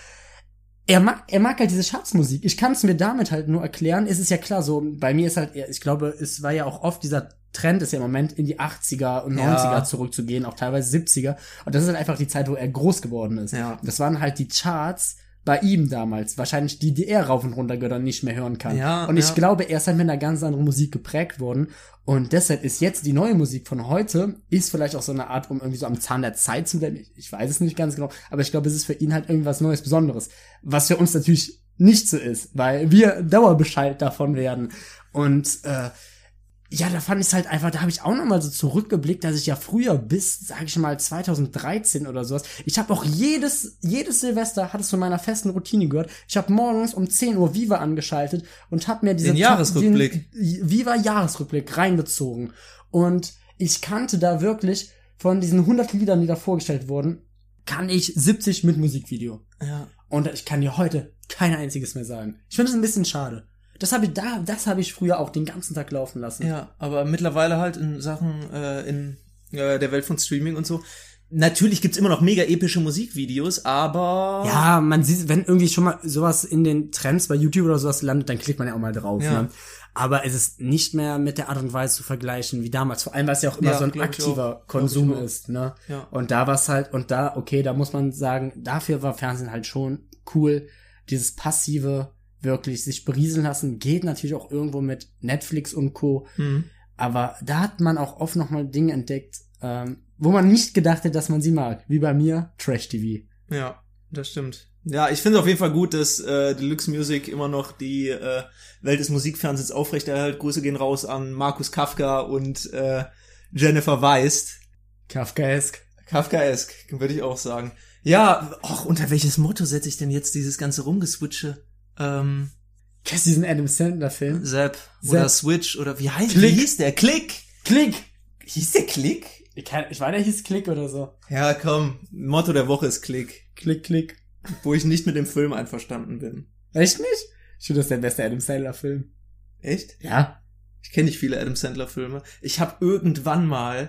er mag, er mag halt diese Chartsmusik. Ich kann es mir damit halt nur erklären. Es ist ja klar, so bei mir ist halt, eher, ich glaube, es war ja auch oft dieser Trend, ist ja im Moment in die achtziger und neunziger Ja. zurückzugehen, auch teilweise siebziger. Und das ist halt einfach die Zeit, wo er groß geworden ist. Ja. Das waren halt die Charts bei ihm damals. Wahrscheinlich die, die er rauf und runter gehört und nicht mehr hören kann. Ja, und ich ja. glaube, er ist halt mit einer ganz anderen Musik geprägt worden. Und deshalb ist jetzt die neue Musik von heute, ist vielleicht auch so eine Art, um irgendwie so am Zahn der Zeit zu bleiben. Ich, ich weiß es nicht ganz genau, aber ich glaube, es ist für ihn halt irgendwas Neues, Besonderes. Was für uns natürlich nicht so ist, weil wir Dauerbescheid davon werden. Und äh, ja, da fand ich es halt einfach, da habe ich auch noch mal so zurückgeblickt, dass ich ja früher bis, sag ich mal, zweitausenddreizehn oder sowas, ich habe auch jedes jedes Silvester, hat es zu meiner festen Routine gehört, ich habe morgens um zehn Uhr Viva angeschaltet und habe mir diese Den Jahresrückblick. den Viva-Jahresrückblick reingezogen. Und ich kannte da wirklich von diesen hundert Liedern, die da vorgestellt wurden, kann ich siebzig mit Musikvideo. Ja. Und ich kann dir heute kein einziges mehr sagen. Ich finde es ein bisschen schade. Das habe ich da, das habe ich früher auch den ganzen Tag laufen lassen. Ja, aber mittlerweile halt in Sachen äh, in äh, der Welt von Streaming und so. Natürlich gibt's immer noch mega epische Musikvideos, aber Ja, man sieht, wenn irgendwie schon mal sowas in den Trends bei YouTube oder sowas landet, dann klickt man ja auch mal drauf. Ja. Ne? Aber es ist nicht mehr mit der Art und Weise zu vergleichen wie damals. Vor allem, weil es ja auch immer Ja, so ein glaub ich aktiver auch. Konsum Glaub ich auch. ist. Ne? Ja. Und da war's halt, und da, okay, da muss man sagen, dafür war Fernsehen halt schon cool. Dieses passive, wirklich sich berieseln lassen, geht natürlich auch irgendwo mit Netflix und Co. Mhm. Aber da hat man auch oft noch mal Dinge entdeckt, ähm, wo man nicht gedacht hätte, dass man sie mag. Wie bei mir, Trash-T V. Ja, das stimmt. Ja, ich finde auf jeden Fall gut, dass äh, Deluxe Music immer noch die äh, Welt des Musikfernsehens aufrechterhält. Grüße gehen raus an Markus Kafka und äh, Jennifer Weist. Kafkaesk. Kafkaesk, würde ich auch sagen. Ja, och, unter welches Motto setze ich denn jetzt dieses ganze Rumgeswitche? Ähm, Kennst du diesen Adam Sandler-Film? Zapp Zapp. oder Switch oder wie heißt Klick. Wie hieß der? Klick! Klick! Hieß der Klick? Ich, kann, ich weiß, der hieß Klick oder so. Ja, komm. Motto der Woche ist Klick. Klick, Klick. Wo ich nicht mit dem Film einverstanden bin. Echt nicht? Ich finde, das ist der beste Adam Sandler-Film. Echt? Ja. Ich kenne nicht viele Adam Sandler Filme. Ich habe irgendwann mal,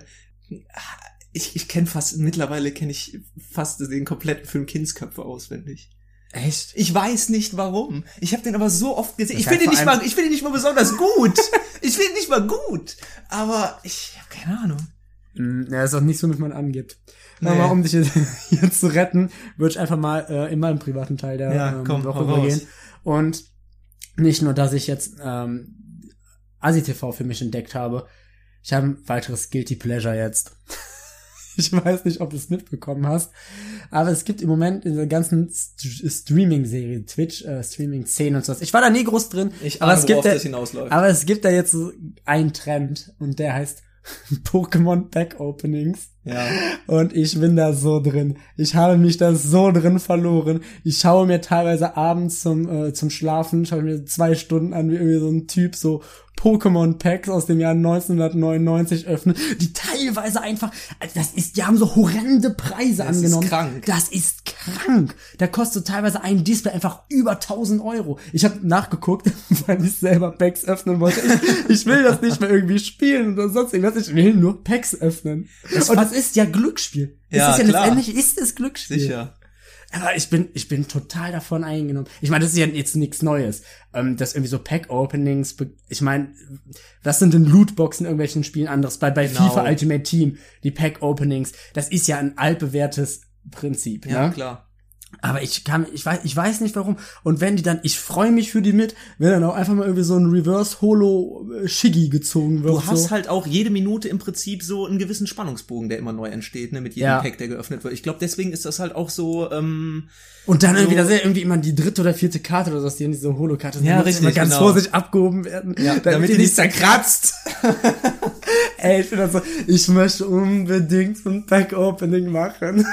ich, ich kenne fast, mittlerweile kenne ich fast den kompletten Film Kindsköpfe auswendig. Echt? Ich weiß nicht warum. Ich habe den aber so oft gesehen. Das Ich heißt finde ihn nicht vor allem- mal, ich finde ihn nicht mal besonders gut. Ich finde ihn nicht mal gut. Aber ich habe keine Ahnung. Mm, Ja, ist auch nicht so, wie man angibt. Nee. Aber um dich jetzt, jetzt zu retten, würde ich einfach mal äh, in meinem privaten Teil der Ja, ähm, komm, Woche hau raus. übergehen. Und nicht nur, dass ich jetzt ähm, Asi T V für mich entdeckt habe, ich habe ein weiteres Guilty Pleasure jetzt. Ich weiß nicht, ob du es mitbekommen hast, aber es gibt im Moment in der ganzen St- Streaming-Serie, Twitch, äh, Streaming-Szene und sowas. Ich war da nie groß drin, Ich aber ahne, es gibt worauf da, das hinausläuft. aber es gibt da jetzt so einen Trend und der heißt Pokémon Pack Openings. Ja. Und ich bin da so drin. Ich habe mich da so drin verloren. Ich schaue mir teilweise abends zum äh, zum Schlafen, schaue mir zwei Stunden an, wie irgendwie so ein Typ so Pokémon Packs aus dem Jahr neunzehnhundertneunundneunzig öffnet, die teilweise einfach, also das ist, die haben so horrende Preise Das ist angenommen. krank. Das ist krank. Da kostet teilweise ein Display einfach über tausend Euro. Ich habe nachgeguckt, weil ich selber Packs öffnen wollte. Ich, ich will das nicht mehr irgendwie spielen oder sonst irgendwas. Ich will nur Packs öffnen. Das Und war- das ist ja Glücksspiel. Ja, es ist ja klar. letztendlich ist es Glücksspiel. Sicher. Aber ich bin, ich bin total davon eingenommen. Ich meine, das ist ja jetzt nichts Neues. Ähm, das irgendwie so Pack-Openings, be- ich meine, was sind denn Lootboxen in irgendwelchen Spielen anderes? Bei, bei Genau. FIFA Ultimate Team, die Pack-Openings, das ist ja ein altbewährtes Prinzip, Ja, ne? klar. Aber ich kann, ich weiß, ich weiß nicht warum. Und wenn die dann, ich freue mich für die mit, wenn dann auch einfach mal irgendwie so ein Reverse-Holo-Shiggy gezogen wird. Du hast so. halt auch jede Minute im Prinzip so einen gewissen Spannungsbogen, der immer neu entsteht, ne, mit jedem Ja. Pack, der geöffnet wird. Ich glaube, deswegen ist das halt auch so, ähm, Und dann irgendwie, so- da ist ja irgendwie immer die dritte oder vierte Karte oder so, die in diese Holokarte sind. Ja, Die muss richtig, immer ganz genau. vorsichtig abgehoben werden, Ja, damit, damit die die nicht zerkratzt. Ey, ich bin das so, ich möchte unbedingt so ein Pack-Opening machen.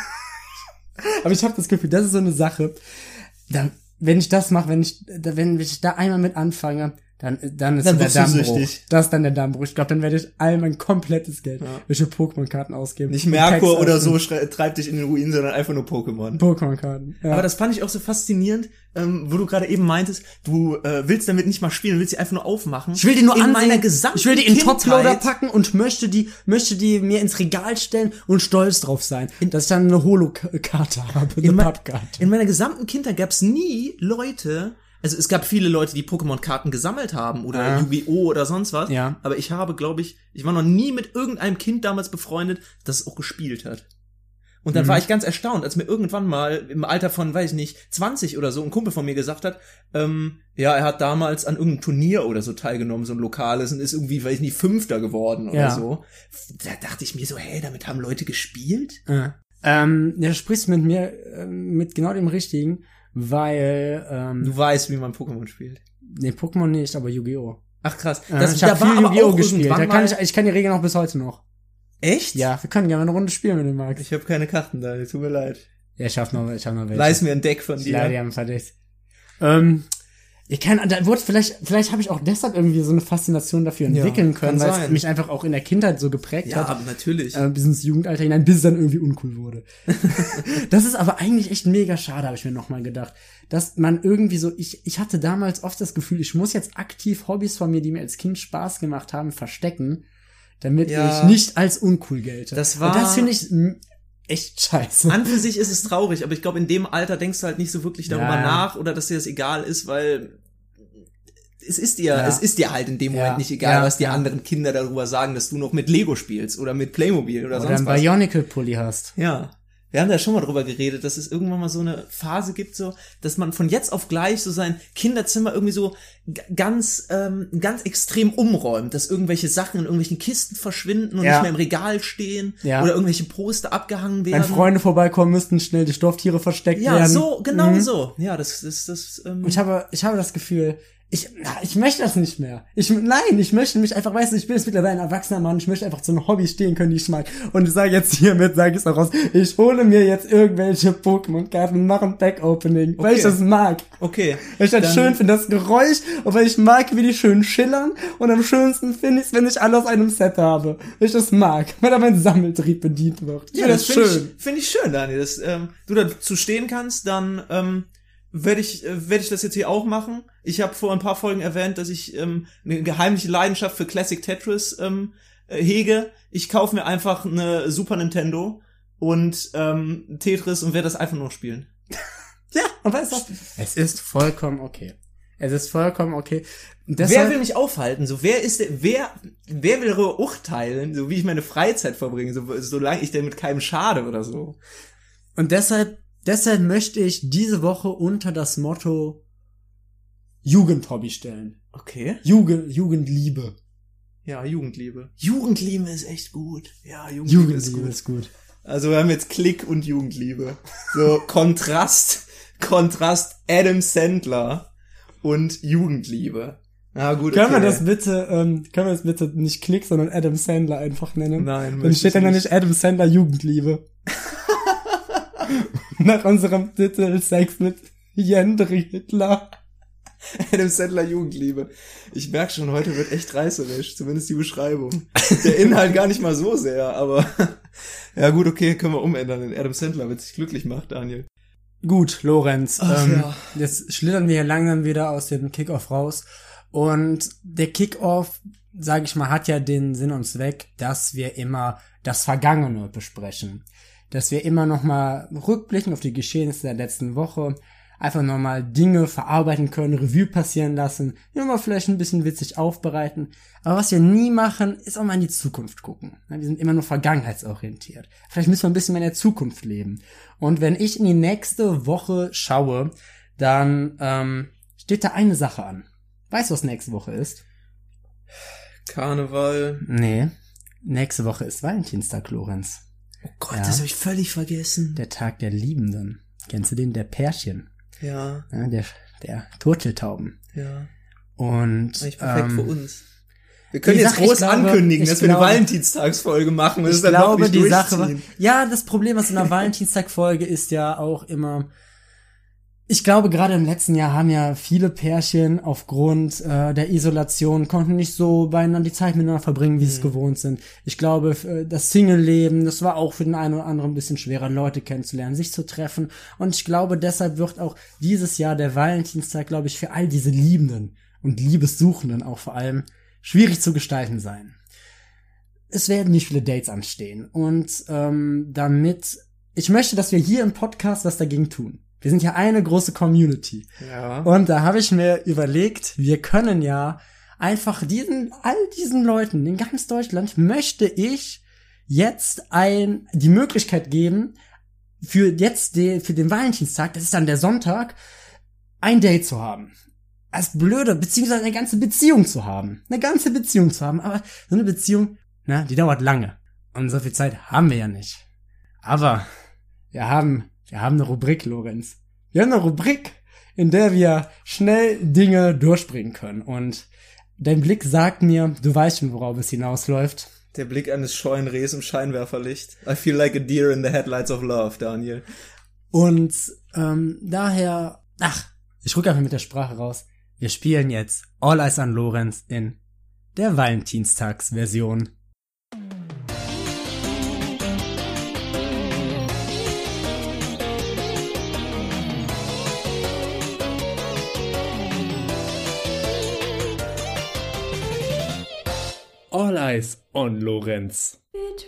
Aber ich habe das Gefühl, das ist so eine Sache, da, wenn ich das mache, wenn ich, da, wenn ich da einmal mit anfange, dann, dann ist Dann der wirst du Dammbruch. süchtig. Das ist dann der Dammbruch. Ich glaube, dann werde ich all mein komplettes Geld Ja. welche Pokémon-Karten ausgeben. nicht Und Merkur Packs oder öffnen. so schrei- treibt dich in den Ruin, sondern einfach nur Pokémon. Pokémon-Karten. Ja. Aber das fand ich auch so faszinierend, ähm, wo du gerade eben meintest, du äh, willst damit nicht mal spielen, du willst sie einfach nur aufmachen. Ich will die nur in ansehen. meiner gesamten Ich will die in Kindheit- Toploader packen und möchte die, möchte die mir ins Regal stellen und stolz drauf sein, dass ich dann eine Holo-Karte habe, eine In, me- Pappkarte. in meiner gesamten Kindheit gab's nie Leute, also es gab viele Leute, die Pokémon-Karten gesammelt haben oder Ja. Yu-Gi-Oh! Oder sonst was. Ja. Aber ich habe, glaube ich, ich war noch nie mit irgendeinem Kind damals befreundet, das es auch gespielt hat. Und dann Mhm. war ich ganz erstaunt, als mir irgendwann mal im Alter von, weiß ich nicht, zwanzig oder so ein Kumpel von mir gesagt hat, ähm, ja, er hat damals an irgendeinem Turnier oder so teilgenommen, so ein lokales, und ist irgendwie, weiß ich nicht, Fünfter geworden oder Ja. so. Da dachte ich mir so, hey, damit haben Leute gespielt? Ja. Ähm, ja, du sprichst mit mir ähm, mit genau dem Richtigen, weil, ähm, Du weißt, wie man Pokémon spielt. nee, Pokémon nicht, aber Yu-Gi-Oh! Ach krass. Ja, Das, ich habe da war viel aber Yu-Gi-Oh! auch gespielt. Da irgendwann kann mal- ich, ich kann die Regeln auch bis heute noch. Echt? Ja, wir können gerne eine Runde spielen, wenn du magst. Ich habe keine Karten da, tut mir leid. Ja, ich schaff noch, ich hab noch welche. Leis mir ein Deck von Ich dir. leide die am Verdicht. Ähm, ich kann, da wurde vielleicht, vielleicht habe ich auch deshalb irgendwie so eine Faszination dafür Ja, entwickeln können, kann weil es sein. mich einfach auch in der Kindheit so geprägt Ja, hat. aber natürlich. Äh, bis ins Jugendalter hinein, bis es dann irgendwie uncool wurde. Das ist aber eigentlich echt mega schade, habe ich mir nochmal gedacht. Dass man irgendwie so, ich, ich hatte damals oft das Gefühl, ich muss jetzt aktiv Hobbys von mir, die mir als Kind Spaß gemacht haben, verstecken, damit Ja. ich nicht als uncool gelte. Das war- Und das finde ich m, echt scheiße. An für sich ist es traurig, aber ich glaube, in dem Alter denkst du halt nicht so wirklich darüber Ja. nach oder dass dir das egal ist, weil es ist dir, Ja. es ist dir halt in dem Ja. Moment nicht egal, Ja, was die ja. anderen Kinder darüber sagen, dass du noch mit Lego spielst oder mit Playmobil oder, Oder sonst einen was. Bionicle-Pulli hast. Ja. Wir haben da schon mal drüber geredet, dass es irgendwann mal so eine Phase gibt, so, dass man von jetzt auf gleich so sein Kinderzimmer irgendwie so g- ganz, ähm, ganz extrem umräumt, dass irgendwelche Sachen in irgendwelchen Kisten verschwinden und Ja. nicht mehr im Regal stehen Ja. oder irgendwelche Poster abgehangen werden. Wenn Freunde vorbeikommen, müssten schnell die Stofftiere versteckt Ja, werden. so, genau Mhm. so. Ja, das, das, das, ähm, Und ich habe, ich habe das Gefühl, ich, na, ich möchte das nicht mehr. Ich, nein, ich möchte mich einfach, weißt du, ich bin jetzt mittlerweile ein erwachsener Mann, ich möchte einfach zu einem Hobby stehen können, die ich mag. Und ich sage jetzt hiermit, sage ich es auch raus, ich hole mir jetzt irgendwelche Pokémon-Karten und mache ein Pack-Opening, weil ich Okay. das mag. okay. Weil ich das Dann- schön finde, das Geräusch, und weil ich mag, wie die schön schillern. Und am schönsten finde ich es, wenn ich alle aus einem Set habe. Weil ich das mag, weil da mein Sammeltrieb bedient wird. Ich Ja, finde das das finde schön. ich, find ich schön, Daniel, dass ähm, du dazu stehen kannst, dann ähm, werde ich, äh, werd ich das jetzt hier auch machen. Ich habe vor ein paar Folgen erwähnt, dass ich ähm, eine geheimliche Leidenschaft für Classic Tetris ähm, äh, hege. Ich kaufe mir einfach eine Super Nintendo und ähm, Tetris und werde das einfach nur spielen. Ja, und weißt du was? Es ist vollkommen okay. Es ist vollkommen okay. Und Wer deshalb- will mich aufhalten? So, wer ist der, wer, wer will darüber urteilen, so wie ich meine Freizeit verbringe, so, solange ich damit keinem schade oder so? Und deshalb, deshalb möchte ich diese Woche unter das Motto Jugendhobby stellen. Okay. Jugend, Jugendliebe. Ja, Jugendliebe. Jugendliebe ist echt gut. Ja, Jugendliebe, ist Jugendliebe gut. ist gut. Also wir haben jetzt Klick und Jugendliebe. So Kontrast, Kontrast Adam Sandler und Jugendliebe. Na gut, okay. Können wir das bitte, ähm, können wir das bitte nicht Klick, sondern Adam Sandler einfach nennen? Nein, Dann möchte steht ich dann nicht. nicht Adam Sandler Jugendliebe. Nach unserem Titel Sex mit Jendri Hitler. Adam Sandler Jugendliebe. Ich merke schon, heute wird echt reißerisch, zumindest die Beschreibung. Der Inhalt gar nicht mal so sehr, aber ja gut, okay, können wir umändern. In Adam Sandler wird sich glücklich macht, Daniel. Gut, Lorenz, Ach, ähm, ja. jetzt schlittern wir hier langsam wieder aus dem Kickoff raus. Und der Kickoff, sage ich mal, hat ja den Sinn und Zweck, dass wir immer das Vergangene besprechen. dass wir immer noch mal rückblicken auf die Geschehnisse der letzten Woche, einfach nochmal Dinge verarbeiten können, Revue passieren lassen, immer mal vielleicht ein bisschen witzig aufbereiten. Aber was wir nie machen, ist auch mal in die Zukunft gucken. Wir sind immer nur vergangenheitsorientiert. Vielleicht müssen wir ein bisschen mehr in der Zukunft leben. Und wenn ich in die nächste Woche schaue, dann ähm, steht da eine Sache an. Weißt du, was nächste Woche ist? Karneval. Nee, nächste Woche ist Valentinstag, Lorenz. Oh Gott, Ja. das habe ich völlig vergessen. Der Tag der Liebenden. Kennst du den? Der Pärchen. Ja, Ja, der, der Turteltauben. ja. Und Eigentlich perfekt ähm, für uns. Wir können die jetzt Sache, ich groß glaube, ankündigen, ich dass wir glaube- eine Valentinstagsfolge machen und es ich dann glaube, wirklich die Sache war, durchziehen. ja, das Problem, was in der Valentinstag-Folge ist ja auch immer, ich glaube, gerade im letzten Jahr haben ja viele Pärchen aufgrund äh, der Isolation konnten nicht so beieinander die Zeit miteinander verbringen, wie sie es gewohnt sind. Ich glaube, f- äh, das Single-Leben, das war auch für den einen oder anderen ein bisschen schwerer, Leute kennenzulernen, sich zu treffen. Und ich glaube, deshalb wird auch dieses Jahr der Valentinstag, glaube ich, für all diese Liebenden und Liebessuchenden auch vor allem schwierig zu gestalten sein. Es werden nicht viele Dates anstehen. Und ähm, damit, ich möchte, dass wir hier im Podcast was dagegen tun. Wir sind ja eine große Community. Ja. Und da habe ich mir überlegt, wir können ja einfach diesen, all diesen Leuten in ganz Deutschland möchte ich jetzt ein, die Möglichkeit geben, für jetzt de, für den Valentinstag, das ist dann der Sonntag, ein Date zu haben. Als blöde, beziehungsweise eine ganze Beziehung zu haben. Eine ganze Beziehung zu haben. Aber so eine Beziehung, na, die dauert lange. Und so viel Zeit haben wir ja nicht. Aber wir haben Wir haben eine Rubrik, Lorenz. Wir haben eine Rubrik, in der wir schnell Dinge durchbringen können. Und dein Blick sagt mir, du weißt schon, worauf es hinausläuft. Der Blick eines scheuen Rehs im Scheinwerferlicht. I feel like a deer in the headlights of love, Daniel. Und ähm, daher, ach, ich rück einfach mit der Sprache raus. Wir spielen jetzt All Eyes on Lorenz in der Valentinstagsversion. All Eyes on Lorenz.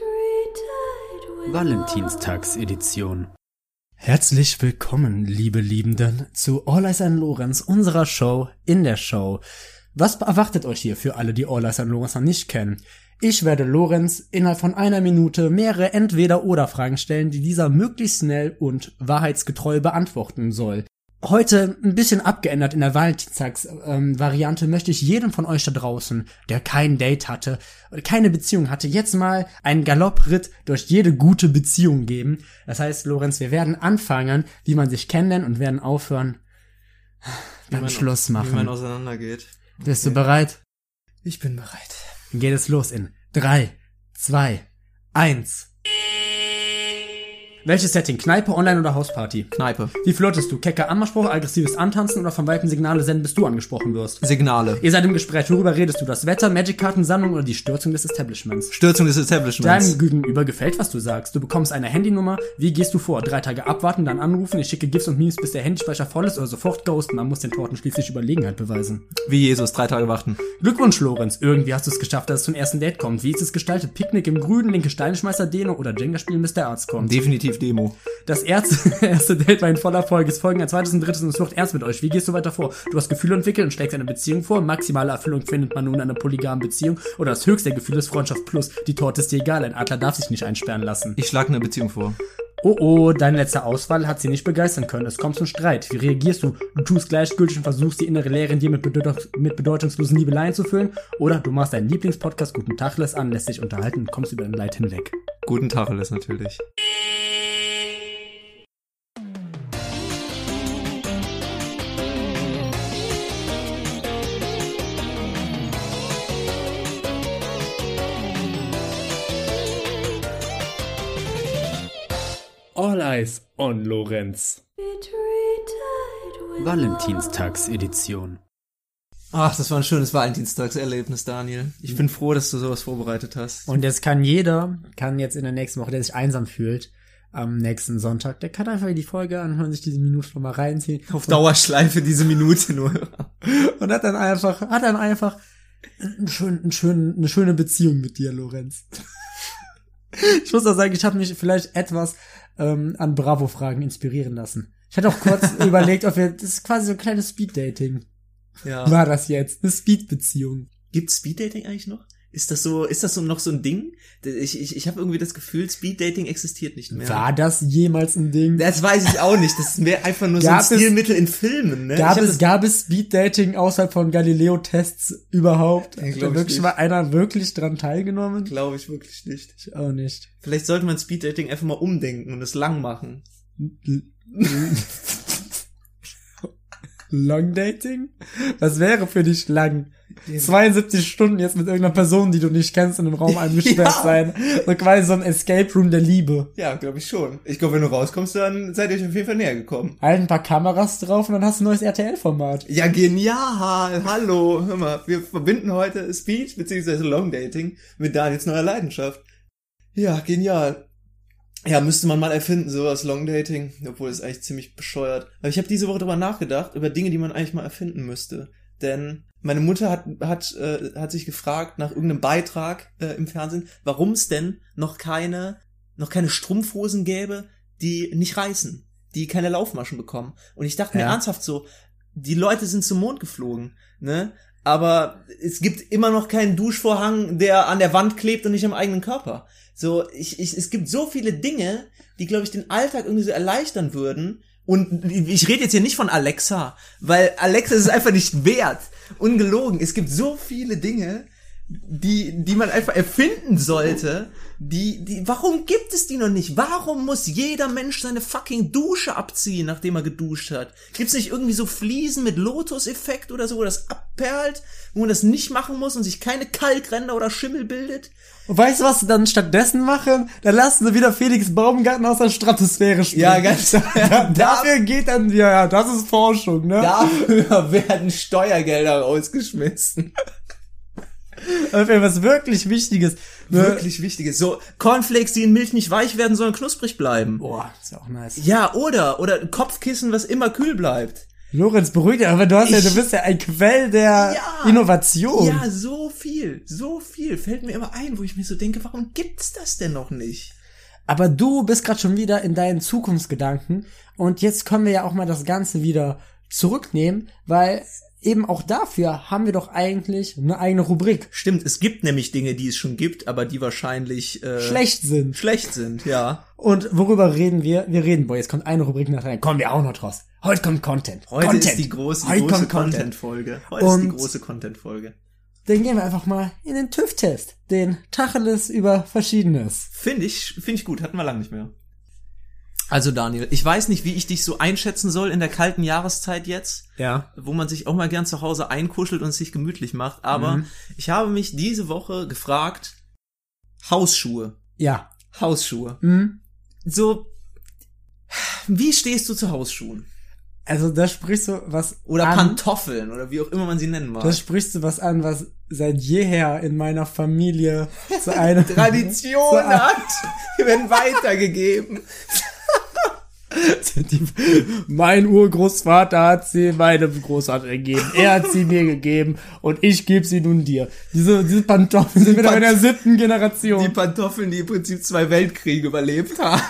Valentinstagsedition. Herzlich willkommen, liebe Liebenden, zu All Eyes on Lorenz, unserer Show in der Show. Was erwartet euch hier für alle, die All Eyes on Lorenz noch nicht kennen? Ich werde Lorenz innerhalb von einer Minute mehrere Entweder-Oder-Fragen stellen, die dieser möglichst schnell und wahrheitsgetreu beantworten soll. Heute ein bisschen abgeändert in der Valentinstags-Variante möchte ich jedem von euch da draußen, der kein Date hatte oder keine Beziehung hatte, jetzt mal einen Galoppritt durch jede gute Beziehung geben. Das heißt, Lorenz, wir werden anfangen, wie man sich kennenlernt und werden aufhören, beim man- Schluss Wie man machen. auseinandergeht. Bist du bereit? Ich bin bereit. Dann geht es los in drei, zwei, eins. Welches Setting? Kneipe, Online oder Hausparty? Kneipe. Wie flirtest du? Kecker Anmachspruch, aggressives Antanzen oder vom Weitem Signale senden, bis du angesprochen wirst? Signale. Ihr seid im Gespräch. Worüber redest du? Das Wetter, Magic-Kartensammlung oder die Stürzung des Establishments? Stürzung des Establishments. Deinem Gegenüber gefällt, was du sagst. Du bekommst eine Handynummer. Wie gehst du vor? Drei Tage abwarten, dann anrufen. Ich schicke GIFs und Memes, bis der Handyspeicher voll ist oder sofort ghosten. Man muss den Torten schließlich Überlegenheit beweisen. Wie Jesus, drei Tage warten. Glückwunsch, Lorenz. Irgendwie hast du es geschafft, dass es zum ersten Date kommt. Wie ist es gestaltet? Picknick im Grünen, linke Steinschmeißer-Deno oder Jenga-Spielen, bis der Arzt kommt? Definitiv Demo. Das erste, erste Date war ein voller Erfolg. Es folgen ein zweites und drittes und es wird ernst mit euch. Wie gehst du weiter vor? Du hast Gefühle entwickelt und schlägst eine Beziehung vor. Maximale Erfüllung findet man nun in einer polygamen Beziehung. Oder das höchste Gefühl ist Freundschaft plus. Die Torte ist dir egal. Ein Adler darf sich nicht einsperren lassen. Ich schlage eine Beziehung vor. Oh oh, deine letzte Auswahl hat sie nicht begeistern können. Es kommt zum Streit. Wie reagierst du? Du tust gleichgültig und versuchst die innere Leere in dir mit, bedeutungs mit bedeutungslosen Liebeleien zu füllen. Oder du machst deinen Lieblingspodcast Guten Tacheles an, lässt dich unterhalten und kommst über dein Leid hinweg. Guten Tacheles natürlich. All Eyes on Lorenz. Valentinstagsedition. Ach, das war ein schönes Valentinstagserlebnis, Daniel. Ich bin froh, dass du sowas vorbereitet hast. Und jetzt kann jeder, kann jetzt in der nächsten Woche, der sich einsam fühlt, am nächsten Sonntag, der kann einfach die Folge anhören, sich diese Minute nochmal reinziehen. Auf Dauerschleife diese Minute nur. Und hat dann einfach, hat dann einfach einen schönen, einen schönen, eine schöne Beziehung mit dir, Lorenz. Ich muss auch sagen, ich habe mich vielleicht etwas ähm, an Bravo-Fragen inspirieren lassen. Ich hatte auch kurz überlegt, ob wir, das ist quasi so ein kleines Speed-Dating. Ja. War das jetzt? Eine Speed-Beziehung. Gibt's Speeddating eigentlich noch? Ist das so, ist das so noch so ein Ding? Ich, ich, ich habe irgendwie das Gefühl, Speeddating existiert nicht mehr. War das jemals ein Ding? Das weiß ich auch nicht. Das wäre einfach nur Gab so ein Stilmittel in Filmen, ne? Gab Ich hab es, gab es Speed-Dating außerhalb von Galileo-Tests überhaupt? Ja, Hat glaub da ich wirklich nicht. mal einer wirklich dran teilgenommen? Glaube ich wirklich nicht. Ich auch nicht. Vielleicht sollte man Speeddating einfach mal umdenken und es lang machen. Long Dating? Was wäre für dich lang? zweiundsiebzig Stunden jetzt mit irgendeiner Person, die du nicht kennst, in einem Raum eingesperrt Ja. sein. So quasi so ein Escape Room der Liebe. Ja, glaube ich schon. Ich glaube, wenn du rauskommst, dann seid ihr euch auf jeden Fall näher gekommen. Halt ein paar Kameras drauf und dann hast du ein neues R T L-Format. Ja, genial. Hallo. Hör mal, wir verbinden heute Speed bzw. Long Dating mit Daniels neuer Leidenschaft. Ja, genial. Ja, müsste man mal erfinden, sowas Long Dating, obwohl es eigentlich ziemlich bescheuert. Aber ich habe diese Woche drüber nachgedacht, über Dinge, die man eigentlich mal erfinden müsste. Denn meine Mutter hat hat äh, hat sich gefragt nach irgendeinem Beitrag äh, im Fernsehen, warum es denn noch keine noch keine Strumpfhosen gäbe, die nicht reißen, die keine Laufmaschen bekommen. Und ich dachte mir Ja. ernsthaft so, die Leute sind zum Mond geflogen, ne? Aber es gibt immer noch keinen Duschvorhang, der an der Wand klebt und nicht am eigenen Körper. So, ich, ich, es gibt so viele Dinge, die, glaube ich, den Alltag irgendwie so erleichtern würden. Und ich rede jetzt hier nicht von Alexa, weil Alexa ist es einfach nicht wert. Ungelogen. Es gibt so viele Dinge, die, die man einfach erfinden sollte. Die, die, warum gibt es die noch nicht? Warum muss jeder Mensch seine fucking Dusche abziehen, nachdem er geduscht hat? Gibt's nicht irgendwie so Fliesen mit Lotus-Effekt oder so, wo das abperlt, wo man das nicht machen muss und sich keine Kalkränder oder Schimmel bildet? Und weißt du, was sie dann stattdessen machen? Dann lassen sie wieder Felix Baumgarten aus der Stratosphäre springen. Ja, ganz da, Dafür geht dann, ja, ja, das ist Forschung, ne? Dafür werden Steuergelder rausgeschmissen. Für was wirklich Wichtiges. Ne? Wirklich Wichtiges. So, Cornflakes, die in Milch nicht weich werden, sondern knusprig bleiben. Boah, ist ja auch nice. Ja, oder, oder ein Kopfkissen, was immer kühl bleibt. Lorenz, beruhig dich, aber du hast ja, Ich- du bist ja ein Quell der Ja. Innovation. Ja, so viel, so viel fällt mir immer ein, wo ich mir so denke, warum gibt's das denn noch nicht? Aber du bist gerade schon wieder in deinen Zukunftsgedanken und jetzt können wir ja auch mal das Ganze wieder zurücknehmen, weil eben auch dafür haben wir doch eigentlich eine eigene Rubrik. Stimmt, es gibt nämlich Dinge, die es schon gibt, aber die wahrscheinlich äh, Schlecht sind. schlecht sind, ja. Und worüber reden wir? Wir reden, boah, jetzt kommt eine Rubrik nach rein. Kommen wir auch noch draus. Heute kommt Content. Heute Content. ist die große, die Heute große kommt Content. Content-Folge. Heute ist Und- die große Content-Folge. Dann gehen wir einfach mal in den TÜV-Test. Den Tacheles über Verschiedenes. Finde ich, finde ich gut, hatten wir lange nicht mehr. Also Daniel, ich weiß nicht, wie ich dich so einschätzen soll in der kalten Jahreszeit jetzt, Ja. wo man sich auch mal gern zu Hause einkuschelt und es sich gemütlich macht, aber Mhm. ich habe mich diese Woche gefragt, Hausschuhe, Ja. Hausschuhe. Mhm. So, wie stehst du zu Hausschuhen? Also da sprichst du was Oder an. Pantoffeln oder wie auch immer man sie nennen mag. Da sprichst du was an, was seit jeher in meiner Familie zu einer Tradition zu ein- hat, die werden weitergegeben. Die, mein Urgroßvater hat sie meinem Großvater gegeben. Er hat sie mir gegeben und ich gebe sie nun dir. Diese, diese Pantoffeln sind wieder in der siebten Generation. Die Pantoffeln, die im Prinzip zwei Weltkriege überlebt haben.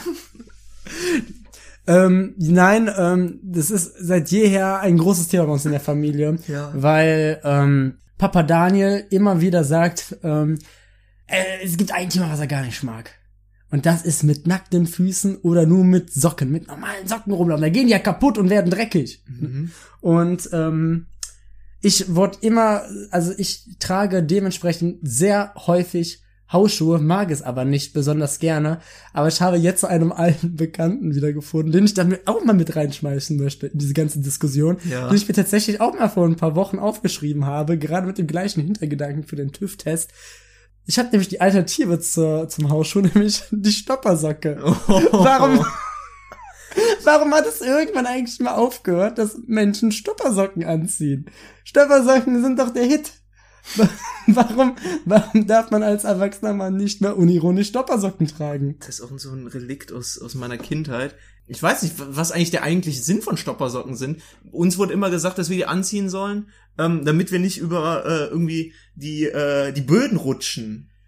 Ähm, nein, ähm, das ist seit jeher ein großes Thema bei uns in der Familie, Ja. weil ähm, Papa Daniel immer wieder sagt, ähm, äh, es gibt ein Thema, was er gar nicht mag. Und das ist mit nackten Füßen oder nur mit Socken, mit normalen Socken rumlaufen. Da gehen die ja kaputt und werden dreckig. Mhm. Und ähm, ich wurde immer, also ich trage dementsprechend sehr häufig Hausschuhe, mag es aber nicht besonders gerne. Aber ich habe jetzt einen alten Bekannten wiedergefunden, den ich dann auch mal mit reinschmeißen möchte in diese ganze Diskussion. Ja. Den ich mir tatsächlich auch mal vor ein paar Wochen aufgeschrieben habe, gerade mit dem gleichen Hintergedanken für den TÜV-Test. Ich habe nämlich die Alternative zur, zum Hausschuh, nämlich die Stoppersocke. Warum, warum hat es irgendwann eigentlich mal aufgehört, dass Menschen Stoppersocken anziehen? Stoppersocken sind doch der Hit. Warum, warum darf man als erwachsener Mann nicht mehr unironisch Stoppersocken tragen? Das ist auch so ein Relikt aus, aus meiner Kindheit. Ich weiß nicht, was eigentlich der eigentliche Sinn von Stoppersocken sind. Uns wurde immer gesagt, dass wir die anziehen sollen, ähm, damit wir nicht über äh, irgendwie die äh, die Böden rutschen.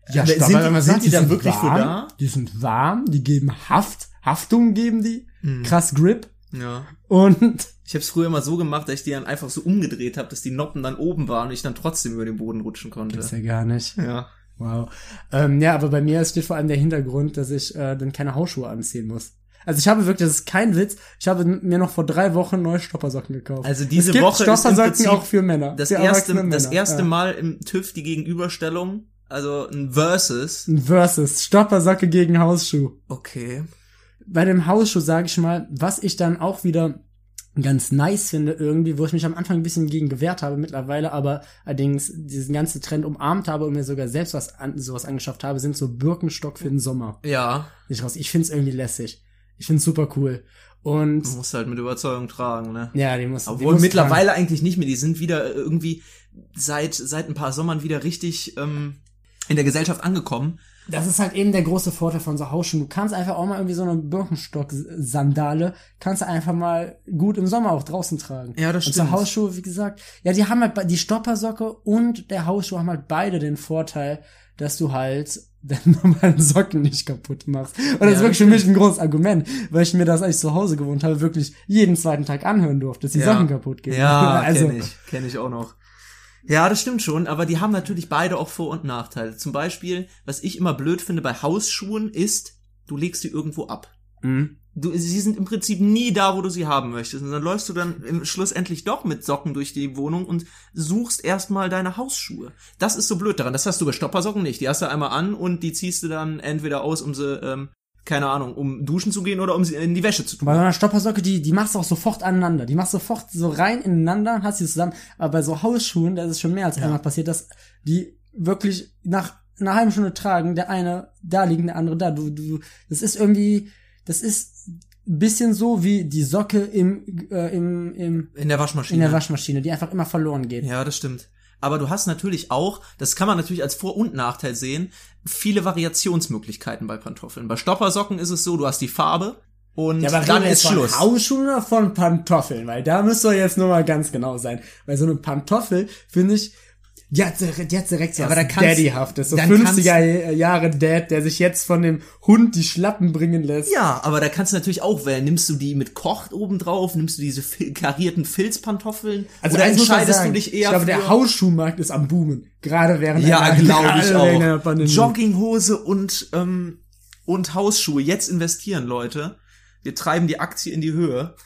Ja, Aber stopp, sind aber die- man sind sagt, die da sind wirklich für warm, da? Die sind warm, die geben Haft, Haftung geben die, krass Grip Ja. und Ich habe es früher immer so gemacht, dass ich die dann einfach so umgedreht habe, dass die Noppen dann oben waren und ich dann trotzdem über den Boden rutschen konnte. ist ja gar nicht. Ja. Wow. Ähm, ja, aber bei mir steht vor allem der Hintergrund, dass ich äh, dann keine Hausschuhe anziehen muss. Also ich habe wirklich, das ist kein Witz, ich habe mir noch vor drei Wochen neue Stoppersocken gekauft. Also diese es gibt Woche ist im Stoppersocken Prinzip auch für Männer. Das für erste, erwachsene das Männer. erste ja. Mal im TÜV die Gegenüberstellung, also ein Versus. Ein Versus, Stoppersocke gegen Hausschuh. Okay. Bei dem Hausschuh sage ich mal, was ich dann auch wieder ganz nice finde irgendwie, wo ich mich am Anfang ein bisschen gegen gewehrt habe mittlerweile, aber allerdings diesen ganzen Trend umarmt habe und mir sogar selbst was an, sowas angeschafft habe, sind so Birkenstock für den Sommer. Ja. Ich raus. Ich find's irgendwie lässig. Ich find's super cool. Und Du musst halt mit Überzeugung tragen, ne? ja, die muss. die Obwohl muss mittlerweile eigentlich nicht mehr. Die sind wieder irgendwie seit seit ein paar Sommern wieder richtig ähm, in der Gesellschaft angekommen. Das ist halt eben der große Vorteil von so Hausschuhen. Du kannst einfach auch mal irgendwie so eine Birkenstock-Sandale, kannst du einfach mal gut im Sommer auch draußen tragen. Ja, das Und stimmt. so Hausschuhe, wie gesagt, ja, die haben halt, be- die Stoppersocke und der Hausschuh haben halt beide den Vorteil, dass du halt deine normalen Socken nicht kaputt machst. Und das Ja, ist wirklich das für mich ein großes Argument, weil ich mir das, als ich zu Hause gewohnt habe, wirklich jeden zweiten Tag anhören durfte, dass die Ja. Socken kaputt gehen. Ja, also, kenn ich, kenn ich auch noch. Ja, das stimmt schon, aber die haben natürlich beide auch Vor- und Nachteile. Zum Beispiel, was ich immer blöd finde bei Hausschuhen ist, du legst die irgendwo ab. Mhm. Du, sie sind im Prinzip nie da, wo du sie haben möchtest. Und dann läufst du dann im schlussendlich doch mit Socken durch die Wohnung und suchst erstmal deine Hausschuhe. Das ist so blöd daran. Das hast du bei Stoppersocken nicht. Die hast du einmal an und die ziehst du dann entweder aus, um sie, ähm, keine Ahnung, um duschen zu gehen oder um sie in die Wäsche zu tun. Bei so einer Stoppersocke, die, die machst du auch sofort aneinander. Die machst du sofort so rein ineinander und hast sie zusammen. Aber bei so Hausschuhen, da ist es schon mehr als einmal passiert, dass die wirklich nach einer halben Stunde tragen, der eine da liegen, der andere da. Du, du, das ist irgendwie, das ist ein bisschen so wie die Socke im, äh, im, im, In der Waschmaschine. in der Waschmaschine, die einfach immer verloren geht. Ja, das stimmt. Aber du hast natürlich auch, das kann man natürlich als Vor- und Nachteil sehen, viele Variationsmöglichkeiten bei Pantoffeln. Bei Stoppersocken ist es so, du hast die Farbe und Ja, aber dann reden wir ist jetzt Schluss. von Hausschuhen oder von Pantoffeln? Weil da müsst ihr jetzt nur mal ganz genau sein. Weil so eine Pantoffel, finde ich, die hat, die hat direkt so Ja, was aber da kannst- Daddyhaftes. So dann fünfziger Jahre Dad, der sich jetzt von dem Hund die Schlappen bringen lässt. Ja, aber da kannst du natürlich auch wählen. Nimmst du die mit Kocht oben drauf? Nimmst du diese fil- karierten Filzpantoffeln? Also oder eins muss man entscheidest sagen, du dich eher ich glaube, der für- Hausschuhmarkt ist am Boomen. Gerade während Ja, einer- glaube ich gerade während einer auch. Pandemie. Jogginghose und ähm, und Hausschuhe. Jetzt investieren, Leute. Wir treiben die Aktie in die Höhe.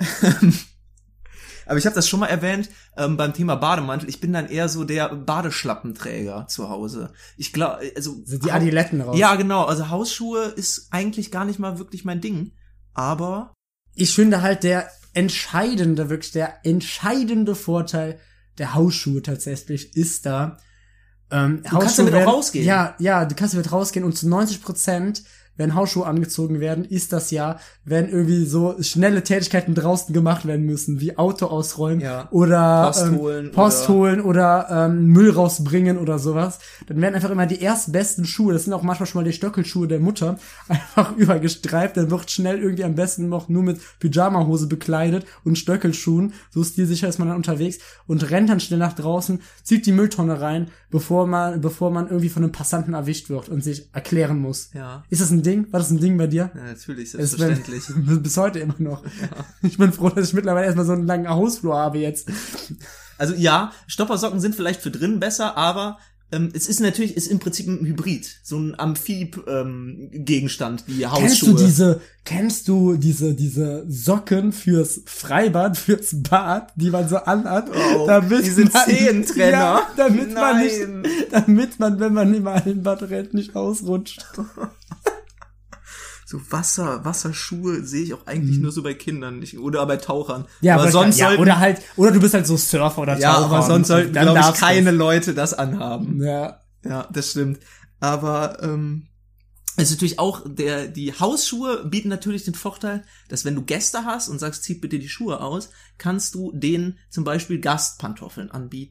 Aber ich habe das schon mal erwähnt ähm, beim Thema Bademantel. Ich bin dann eher so der Badeschlappenträger zu Hause. Ich glaube, also Sind die Adiletten raus. Ja, genau. Also Hausschuhe ist eigentlich gar nicht mal wirklich mein Ding. Aber Ich finde halt der entscheidende, wirklich der entscheidende Vorteil der Hausschuhe tatsächlich ist da. Ähm, Du kannst damit auch rausgehen. Ja, ja, du kannst damit rausgehen und zu neunzig Prozent, wenn Hausschuhe angezogen werden, ist das ja, wenn irgendwie so schnelle Tätigkeiten draußen gemacht werden müssen, wie Auto ausräumen Ja. oder Post ähm, holen Post oder- holen oder ähm, Müll rausbringen oder sowas. Dann werden einfach immer die erstbesten Schuhe, das sind auch manchmal schon mal die Stöckelschuhe der Mutter, einfach übergestreift. Dann wird schnell irgendwie am besten noch nur mit Pyjamahose bekleidet und Stöckelschuhen. So stilsicher ist man dann unterwegs und rennt dann schnell nach draußen, zieht die Mülltonne rein, bevor man, bevor man irgendwie von einem Passanten erwischt wird und sich erklären muss. ja, Ist das ein Ding? War das ein Ding bei dir? ja natürlich, Es selbstverständlich. bin- Bis heute immer noch. Ich bin froh, dass ich mittlerweile erstmal so einen langen Hausflur habe jetzt. Also ja, Stoppersocken sind vielleicht für drinnen besser, aber ähm, es ist natürlich, ist im Prinzip ein Hybrid, so ein Amphib-Gegenstand, die Hausschuhe. Kennst du diese, kennst du diese, diese Socken fürs Freibad, fürs Bad, die man so anhat? Oh, damit diese man- Zehentrenner. Ja, damit man Nein. nicht, damit man, wenn man im Hallenbad rennt, nicht ausrutscht. So Wasser, Wasserschuhe sehe ich auch eigentlich nur so bei Kindern nicht, oder bei Tauchern. Mhm. Ja, aber sonst ja, sollten, oder halt, oder du bist halt so Surfer oder ja, Taucher. aber sonst und sollten, dann glaube ich, darfst du. keine Leute das anhaben. Ja. Ja, das stimmt. Aber ähm, es ist natürlich auch, der die Hausschuhe bieten natürlich den Vorteil, dass wenn du Gäste hast und sagst, zieht bitte die Schuhe aus, kannst du denen zum Beispiel Gastpantoffeln anbieten.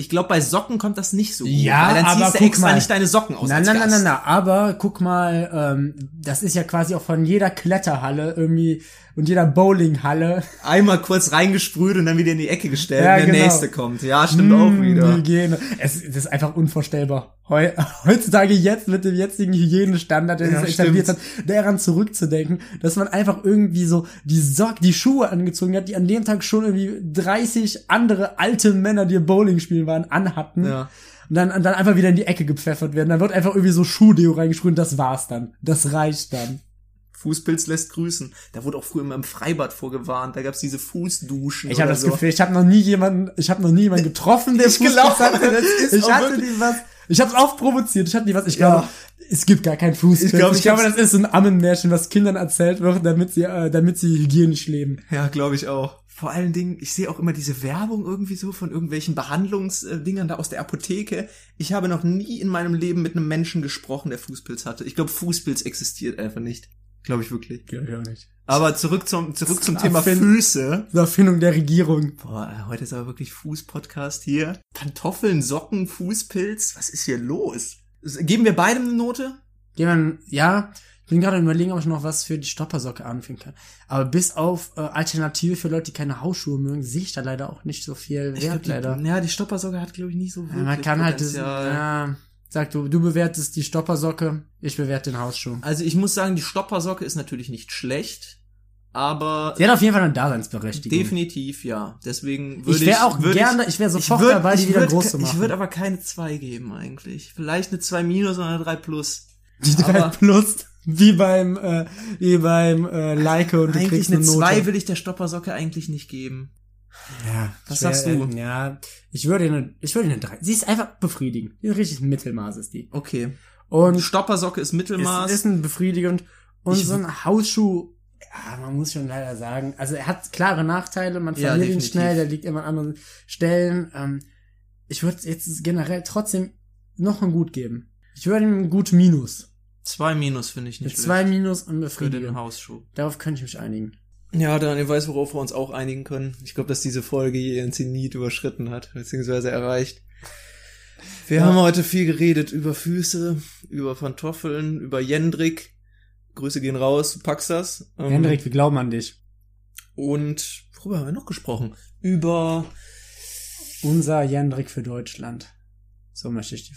Ich glaube, bei Socken kommt das nicht so gut. Ja, weil dann aber ziehst du guck extra mal. nicht deine Socken aus. Nein, als nein, nein, Gast. nein, nein, aber guck mal, ähm, das ist ja quasi auch von jeder Kletterhalle irgendwie und jeder Bowlinghalle. Einmal kurz reingesprüht und dann wieder in die Ecke gestellt Ja, und der genau. nächste kommt. Ja, stimmt auch Mm, wieder. Hygiene. Es, das ist einfach unvorstellbar. Heu, heutzutage jetzt mit dem jetzigen Hygienestandard, der Ja, sich etabliert hat, stimmt. daran zurückzudenken, dass man einfach irgendwie so die Sock, die Schuhe angezogen hat, die an dem Tag schon irgendwie dreißig andere alte Männer, die im Bowling spielen waren, anhatten. Ja. Und dann, und dann einfach wieder in die Ecke gepfeffert werden. Dann wird einfach irgendwie so Schuhdeo reingesprüht und das war's dann. Das reicht dann. Fußpilz lässt grüßen. Da wurde auch früher immer im Freibad vorgewarnt. Da gab's diese Fußduschen. Ich habe oder das so. Gefühl, ich habe noch nie jemanden, ich habe noch nie jemanden getroffen, der Ich glaube, Fußpilz hatte. das ist Ich auch hatte wirklich- nie was. Ich habe es oft provoziert. Ich hatte nie was. Ich Ja. glaube, es gibt gar keinen Fußpilz. Ich glaub, ich ich glaube, hab's- das ist so ein Ammenmärchen, was Kindern erzählt wird, damit sie, äh, damit sie hygienisch leben. Ja, glaube ich auch. Vor allen Dingen, ich sehe auch immer diese Werbung irgendwie so von irgendwelchen Behandlungsdingern da aus der Apotheke. Ich habe noch nie in meinem Leben mit einem Menschen gesprochen, der Fußpilz hatte. Ich glaube, Fußpilz existiert einfach nicht. Glaube ich wirklich. Ja, ja nicht. Aber zurück zum, zurück zum Thema Erfind- Füße. Die Erfindung der Regierung. Boah, heute ist aber wirklich Fuß-Podcast hier. Pantoffeln, Socken, Fußpilz. Was ist hier los? Geben wir beidem eine Note? Jemand, ja, ich bin gerade überlegen, ob ich noch was für die Stoppersocke anfangen kann. Aber bis auf äh, Alternative für Leute, die keine Hausschuhe mögen, sehe ich da leider auch nicht so viel Ich Wert, glaub, leider. die, ja, die Stoppersocke hat, glaube ich, nicht so wirklich Ja, man kann halt das, Potenzial. ja, sag du, du bewertest die Stoppersocke, ich bewerte den Hausschuh. Also ich muss sagen, die Stoppersocke ist natürlich nicht schlecht, aber Sie hat auf jeden Fall eine Daseinsberechtigung. definitiv ja. Deswegen würde Ich wäre auch würd gerne, ich wäre sofort dabei, die ich wieder würd, groß zu machen. Ich würde aber keine zwei geben eigentlich. Vielleicht eine zwei minus oder eine drei plus. die drei aber- plus, wie beim, äh, wie beim äh, Like und du Eigentlich kriegst eine eine Note. zwei will ich der Stoppersocke eigentlich nicht geben. Ja, Was ich wär, sagst du? Äh, ja, ich würde eine, ich würde eine drei. Sie ist einfach befriedigend. Die ist richtig Mittelmaß ist die. Okay. Und Stoppersocke ist Mittelmaß. ist, ist ein befriedigend. Und Ich- so ein Hausschuh, ja, man muss schon leider sagen, also er hat klare Nachteile, man Ja, verliert ihn definitiv. schnell, der liegt immer an anderen Stellen. Ähm, ich würde jetzt generell trotzdem noch ein Gut geben. Ich würde ihm ein Gut Minus. Zwei minus finde ich Mit nicht zwei schlecht Minus und für den befriedigend. Hausschuh. Darauf könnte ich mich einigen. Ja, Daniel weiß, worauf wir uns auch einigen können. Ich glaube, dass diese Folge ihren Zenit überschritten hat, beziehungsweise erreicht. Wir Ja. haben heute viel geredet über Füße, über Pantoffeln, über Jendrik. Grüße gehen raus, du packst das. Ähm, Hendrik, wir glauben an dich. Und worüber haben wir noch gesprochen? Über Unser Jendrik für Deutschland. So möchte ich die.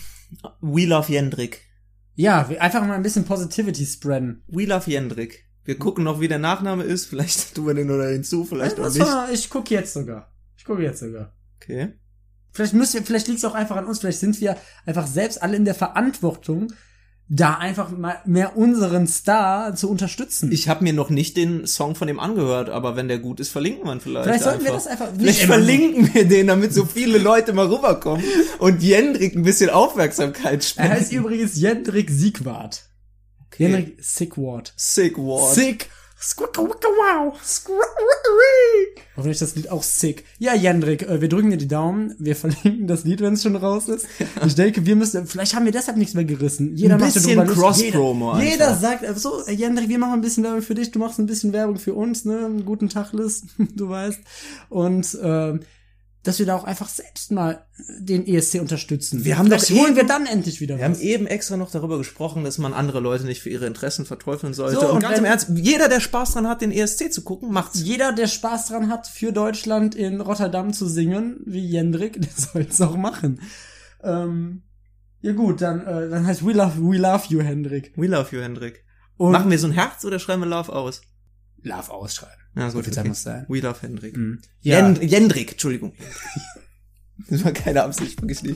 We Love Jendrik. Ja, wir einfach mal ein bisschen Positivity spreaden. We Love Jendrik. Wir gucken noch, wie der Nachname ist. Vielleicht tun wir den oder hinzu, vielleicht auch Das nicht. war, ich gucke jetzt sogar. Ich gucke jetzt sogar. Okay. Vielleicht müssen wir, vielleicht liegt es auch einfach an uns, vielleicht sind wir einfach selbst alle in der Verantwortung, da einfach mal mehr unseren Star zu unterstützen. Ich habe mir noch nicht den Song von dem angehört, aber wenn der gut ist, verlinken wir ihn vielleicht. vielleicht sollten einfach. wir das einfach nicht Vielleicht immer- verlinken wir den, damit so viele Leute mal rüberkommen und Jendrik ein bisschen Aufmerksamkeit Er heißt spenden. übrigens Jendrik Siegwart. Okay. Jendrik Siegwart. Sick Ward. Sick. Squawk-a-wow. Squawk-a-wee. Hoffentlich ist das Lied auch sick. Ja, Jendrik, äh, wir drücken dir die Daumen. Wir verlinken das Lied, wenn es schon raus ist. Ich denke, wir müssen, vielleicht haben wir deshalb nichts mehr gerissen. Jeder Ein macht bisschen darüber Lust. Cross-Promo Jeder, jeder einfach. sagt, äh, so, äh, Jendrik, wir machen ein bisschen Werbung für dich, du machst ein bisschen Werbung für uns, ne? Einen guten Tag, Liz, du weißt. Und, ähm, dass wir da auch einfach selbst mal den E S C unterstützen. Wir haben Vielleicht doch holen eben- wir dann endlich wieder Wir haben was. eben extra noch darüber gesprochen, dass man andere Leute nicht für ihre Interessen verteufeln sollte. So, und und ganz wenn- im Ernst, jeder, der Spaß dran hat, den E S C zu gucken, macht's. Jeder, der Spaß dran hat, für Deutschland in Rotterdam zu singen, wie Jendrik, der soll's auch machen. Ähm, ja gut, dann, äh, dann heißt We Love, We Love You, Hendrik. We love you, Hendrik. Und Machen wir so ein Herz oder schreiben wir Love aus? Love ausschreiben. Ja, So viel Zeit muss sein. We love Hendrik. Mhm. Ja, Jend Jendrik, Entschuldigung. Das war keine Absicht, wirklich nicht.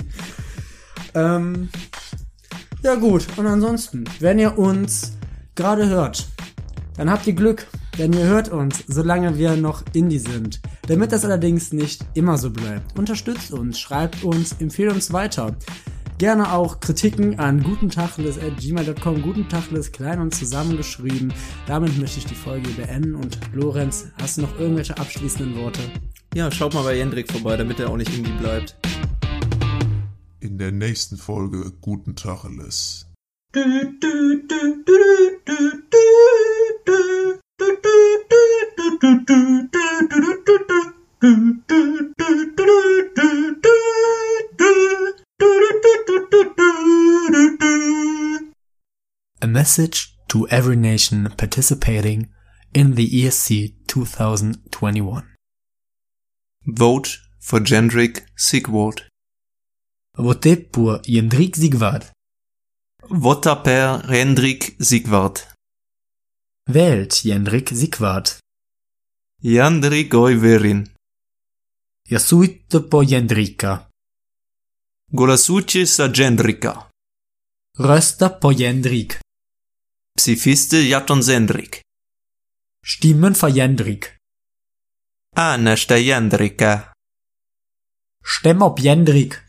ähm, ja gut, und ansonsten, wenn ihr uns gerade hört, dann habt ihr Glück, denn ihr hört uns, solange wir noch Indie sind. Damit das allerdings nicht immer so bleibt, unterstützt uns, schreibt uns, empfehlt uns weiter. Gerne auch Kritiken an gutentachles at gmail dot com, gutentachles klein und zusammengeschrieben. Damit möchte ich die Folge beenden. Und Lorenz, hast du noch irgendwelche abschließenden Worte? Ja, schaut mal bei Jendrik vorbei, damit er auch nicht Indie bleibt. In der nächsten Folge Guten Tacheles. Du A message to every nation participating in the E S C twenty twenty-one. Vote for Jendrik Sigvard. Votez pour Jendrik Sigvard. Vota per Jendrik Sigvard. Wählt Jendrik Sigvard. Jendrik Oiverin. Glasuite po Jendrika. Głosujcie za Jendrika. Rösta po Jendrik. Ψηφίστε για τον Jendrik. Stimmen für Jendrik. Ανάστε Jendrika. Stemm op Jendrik.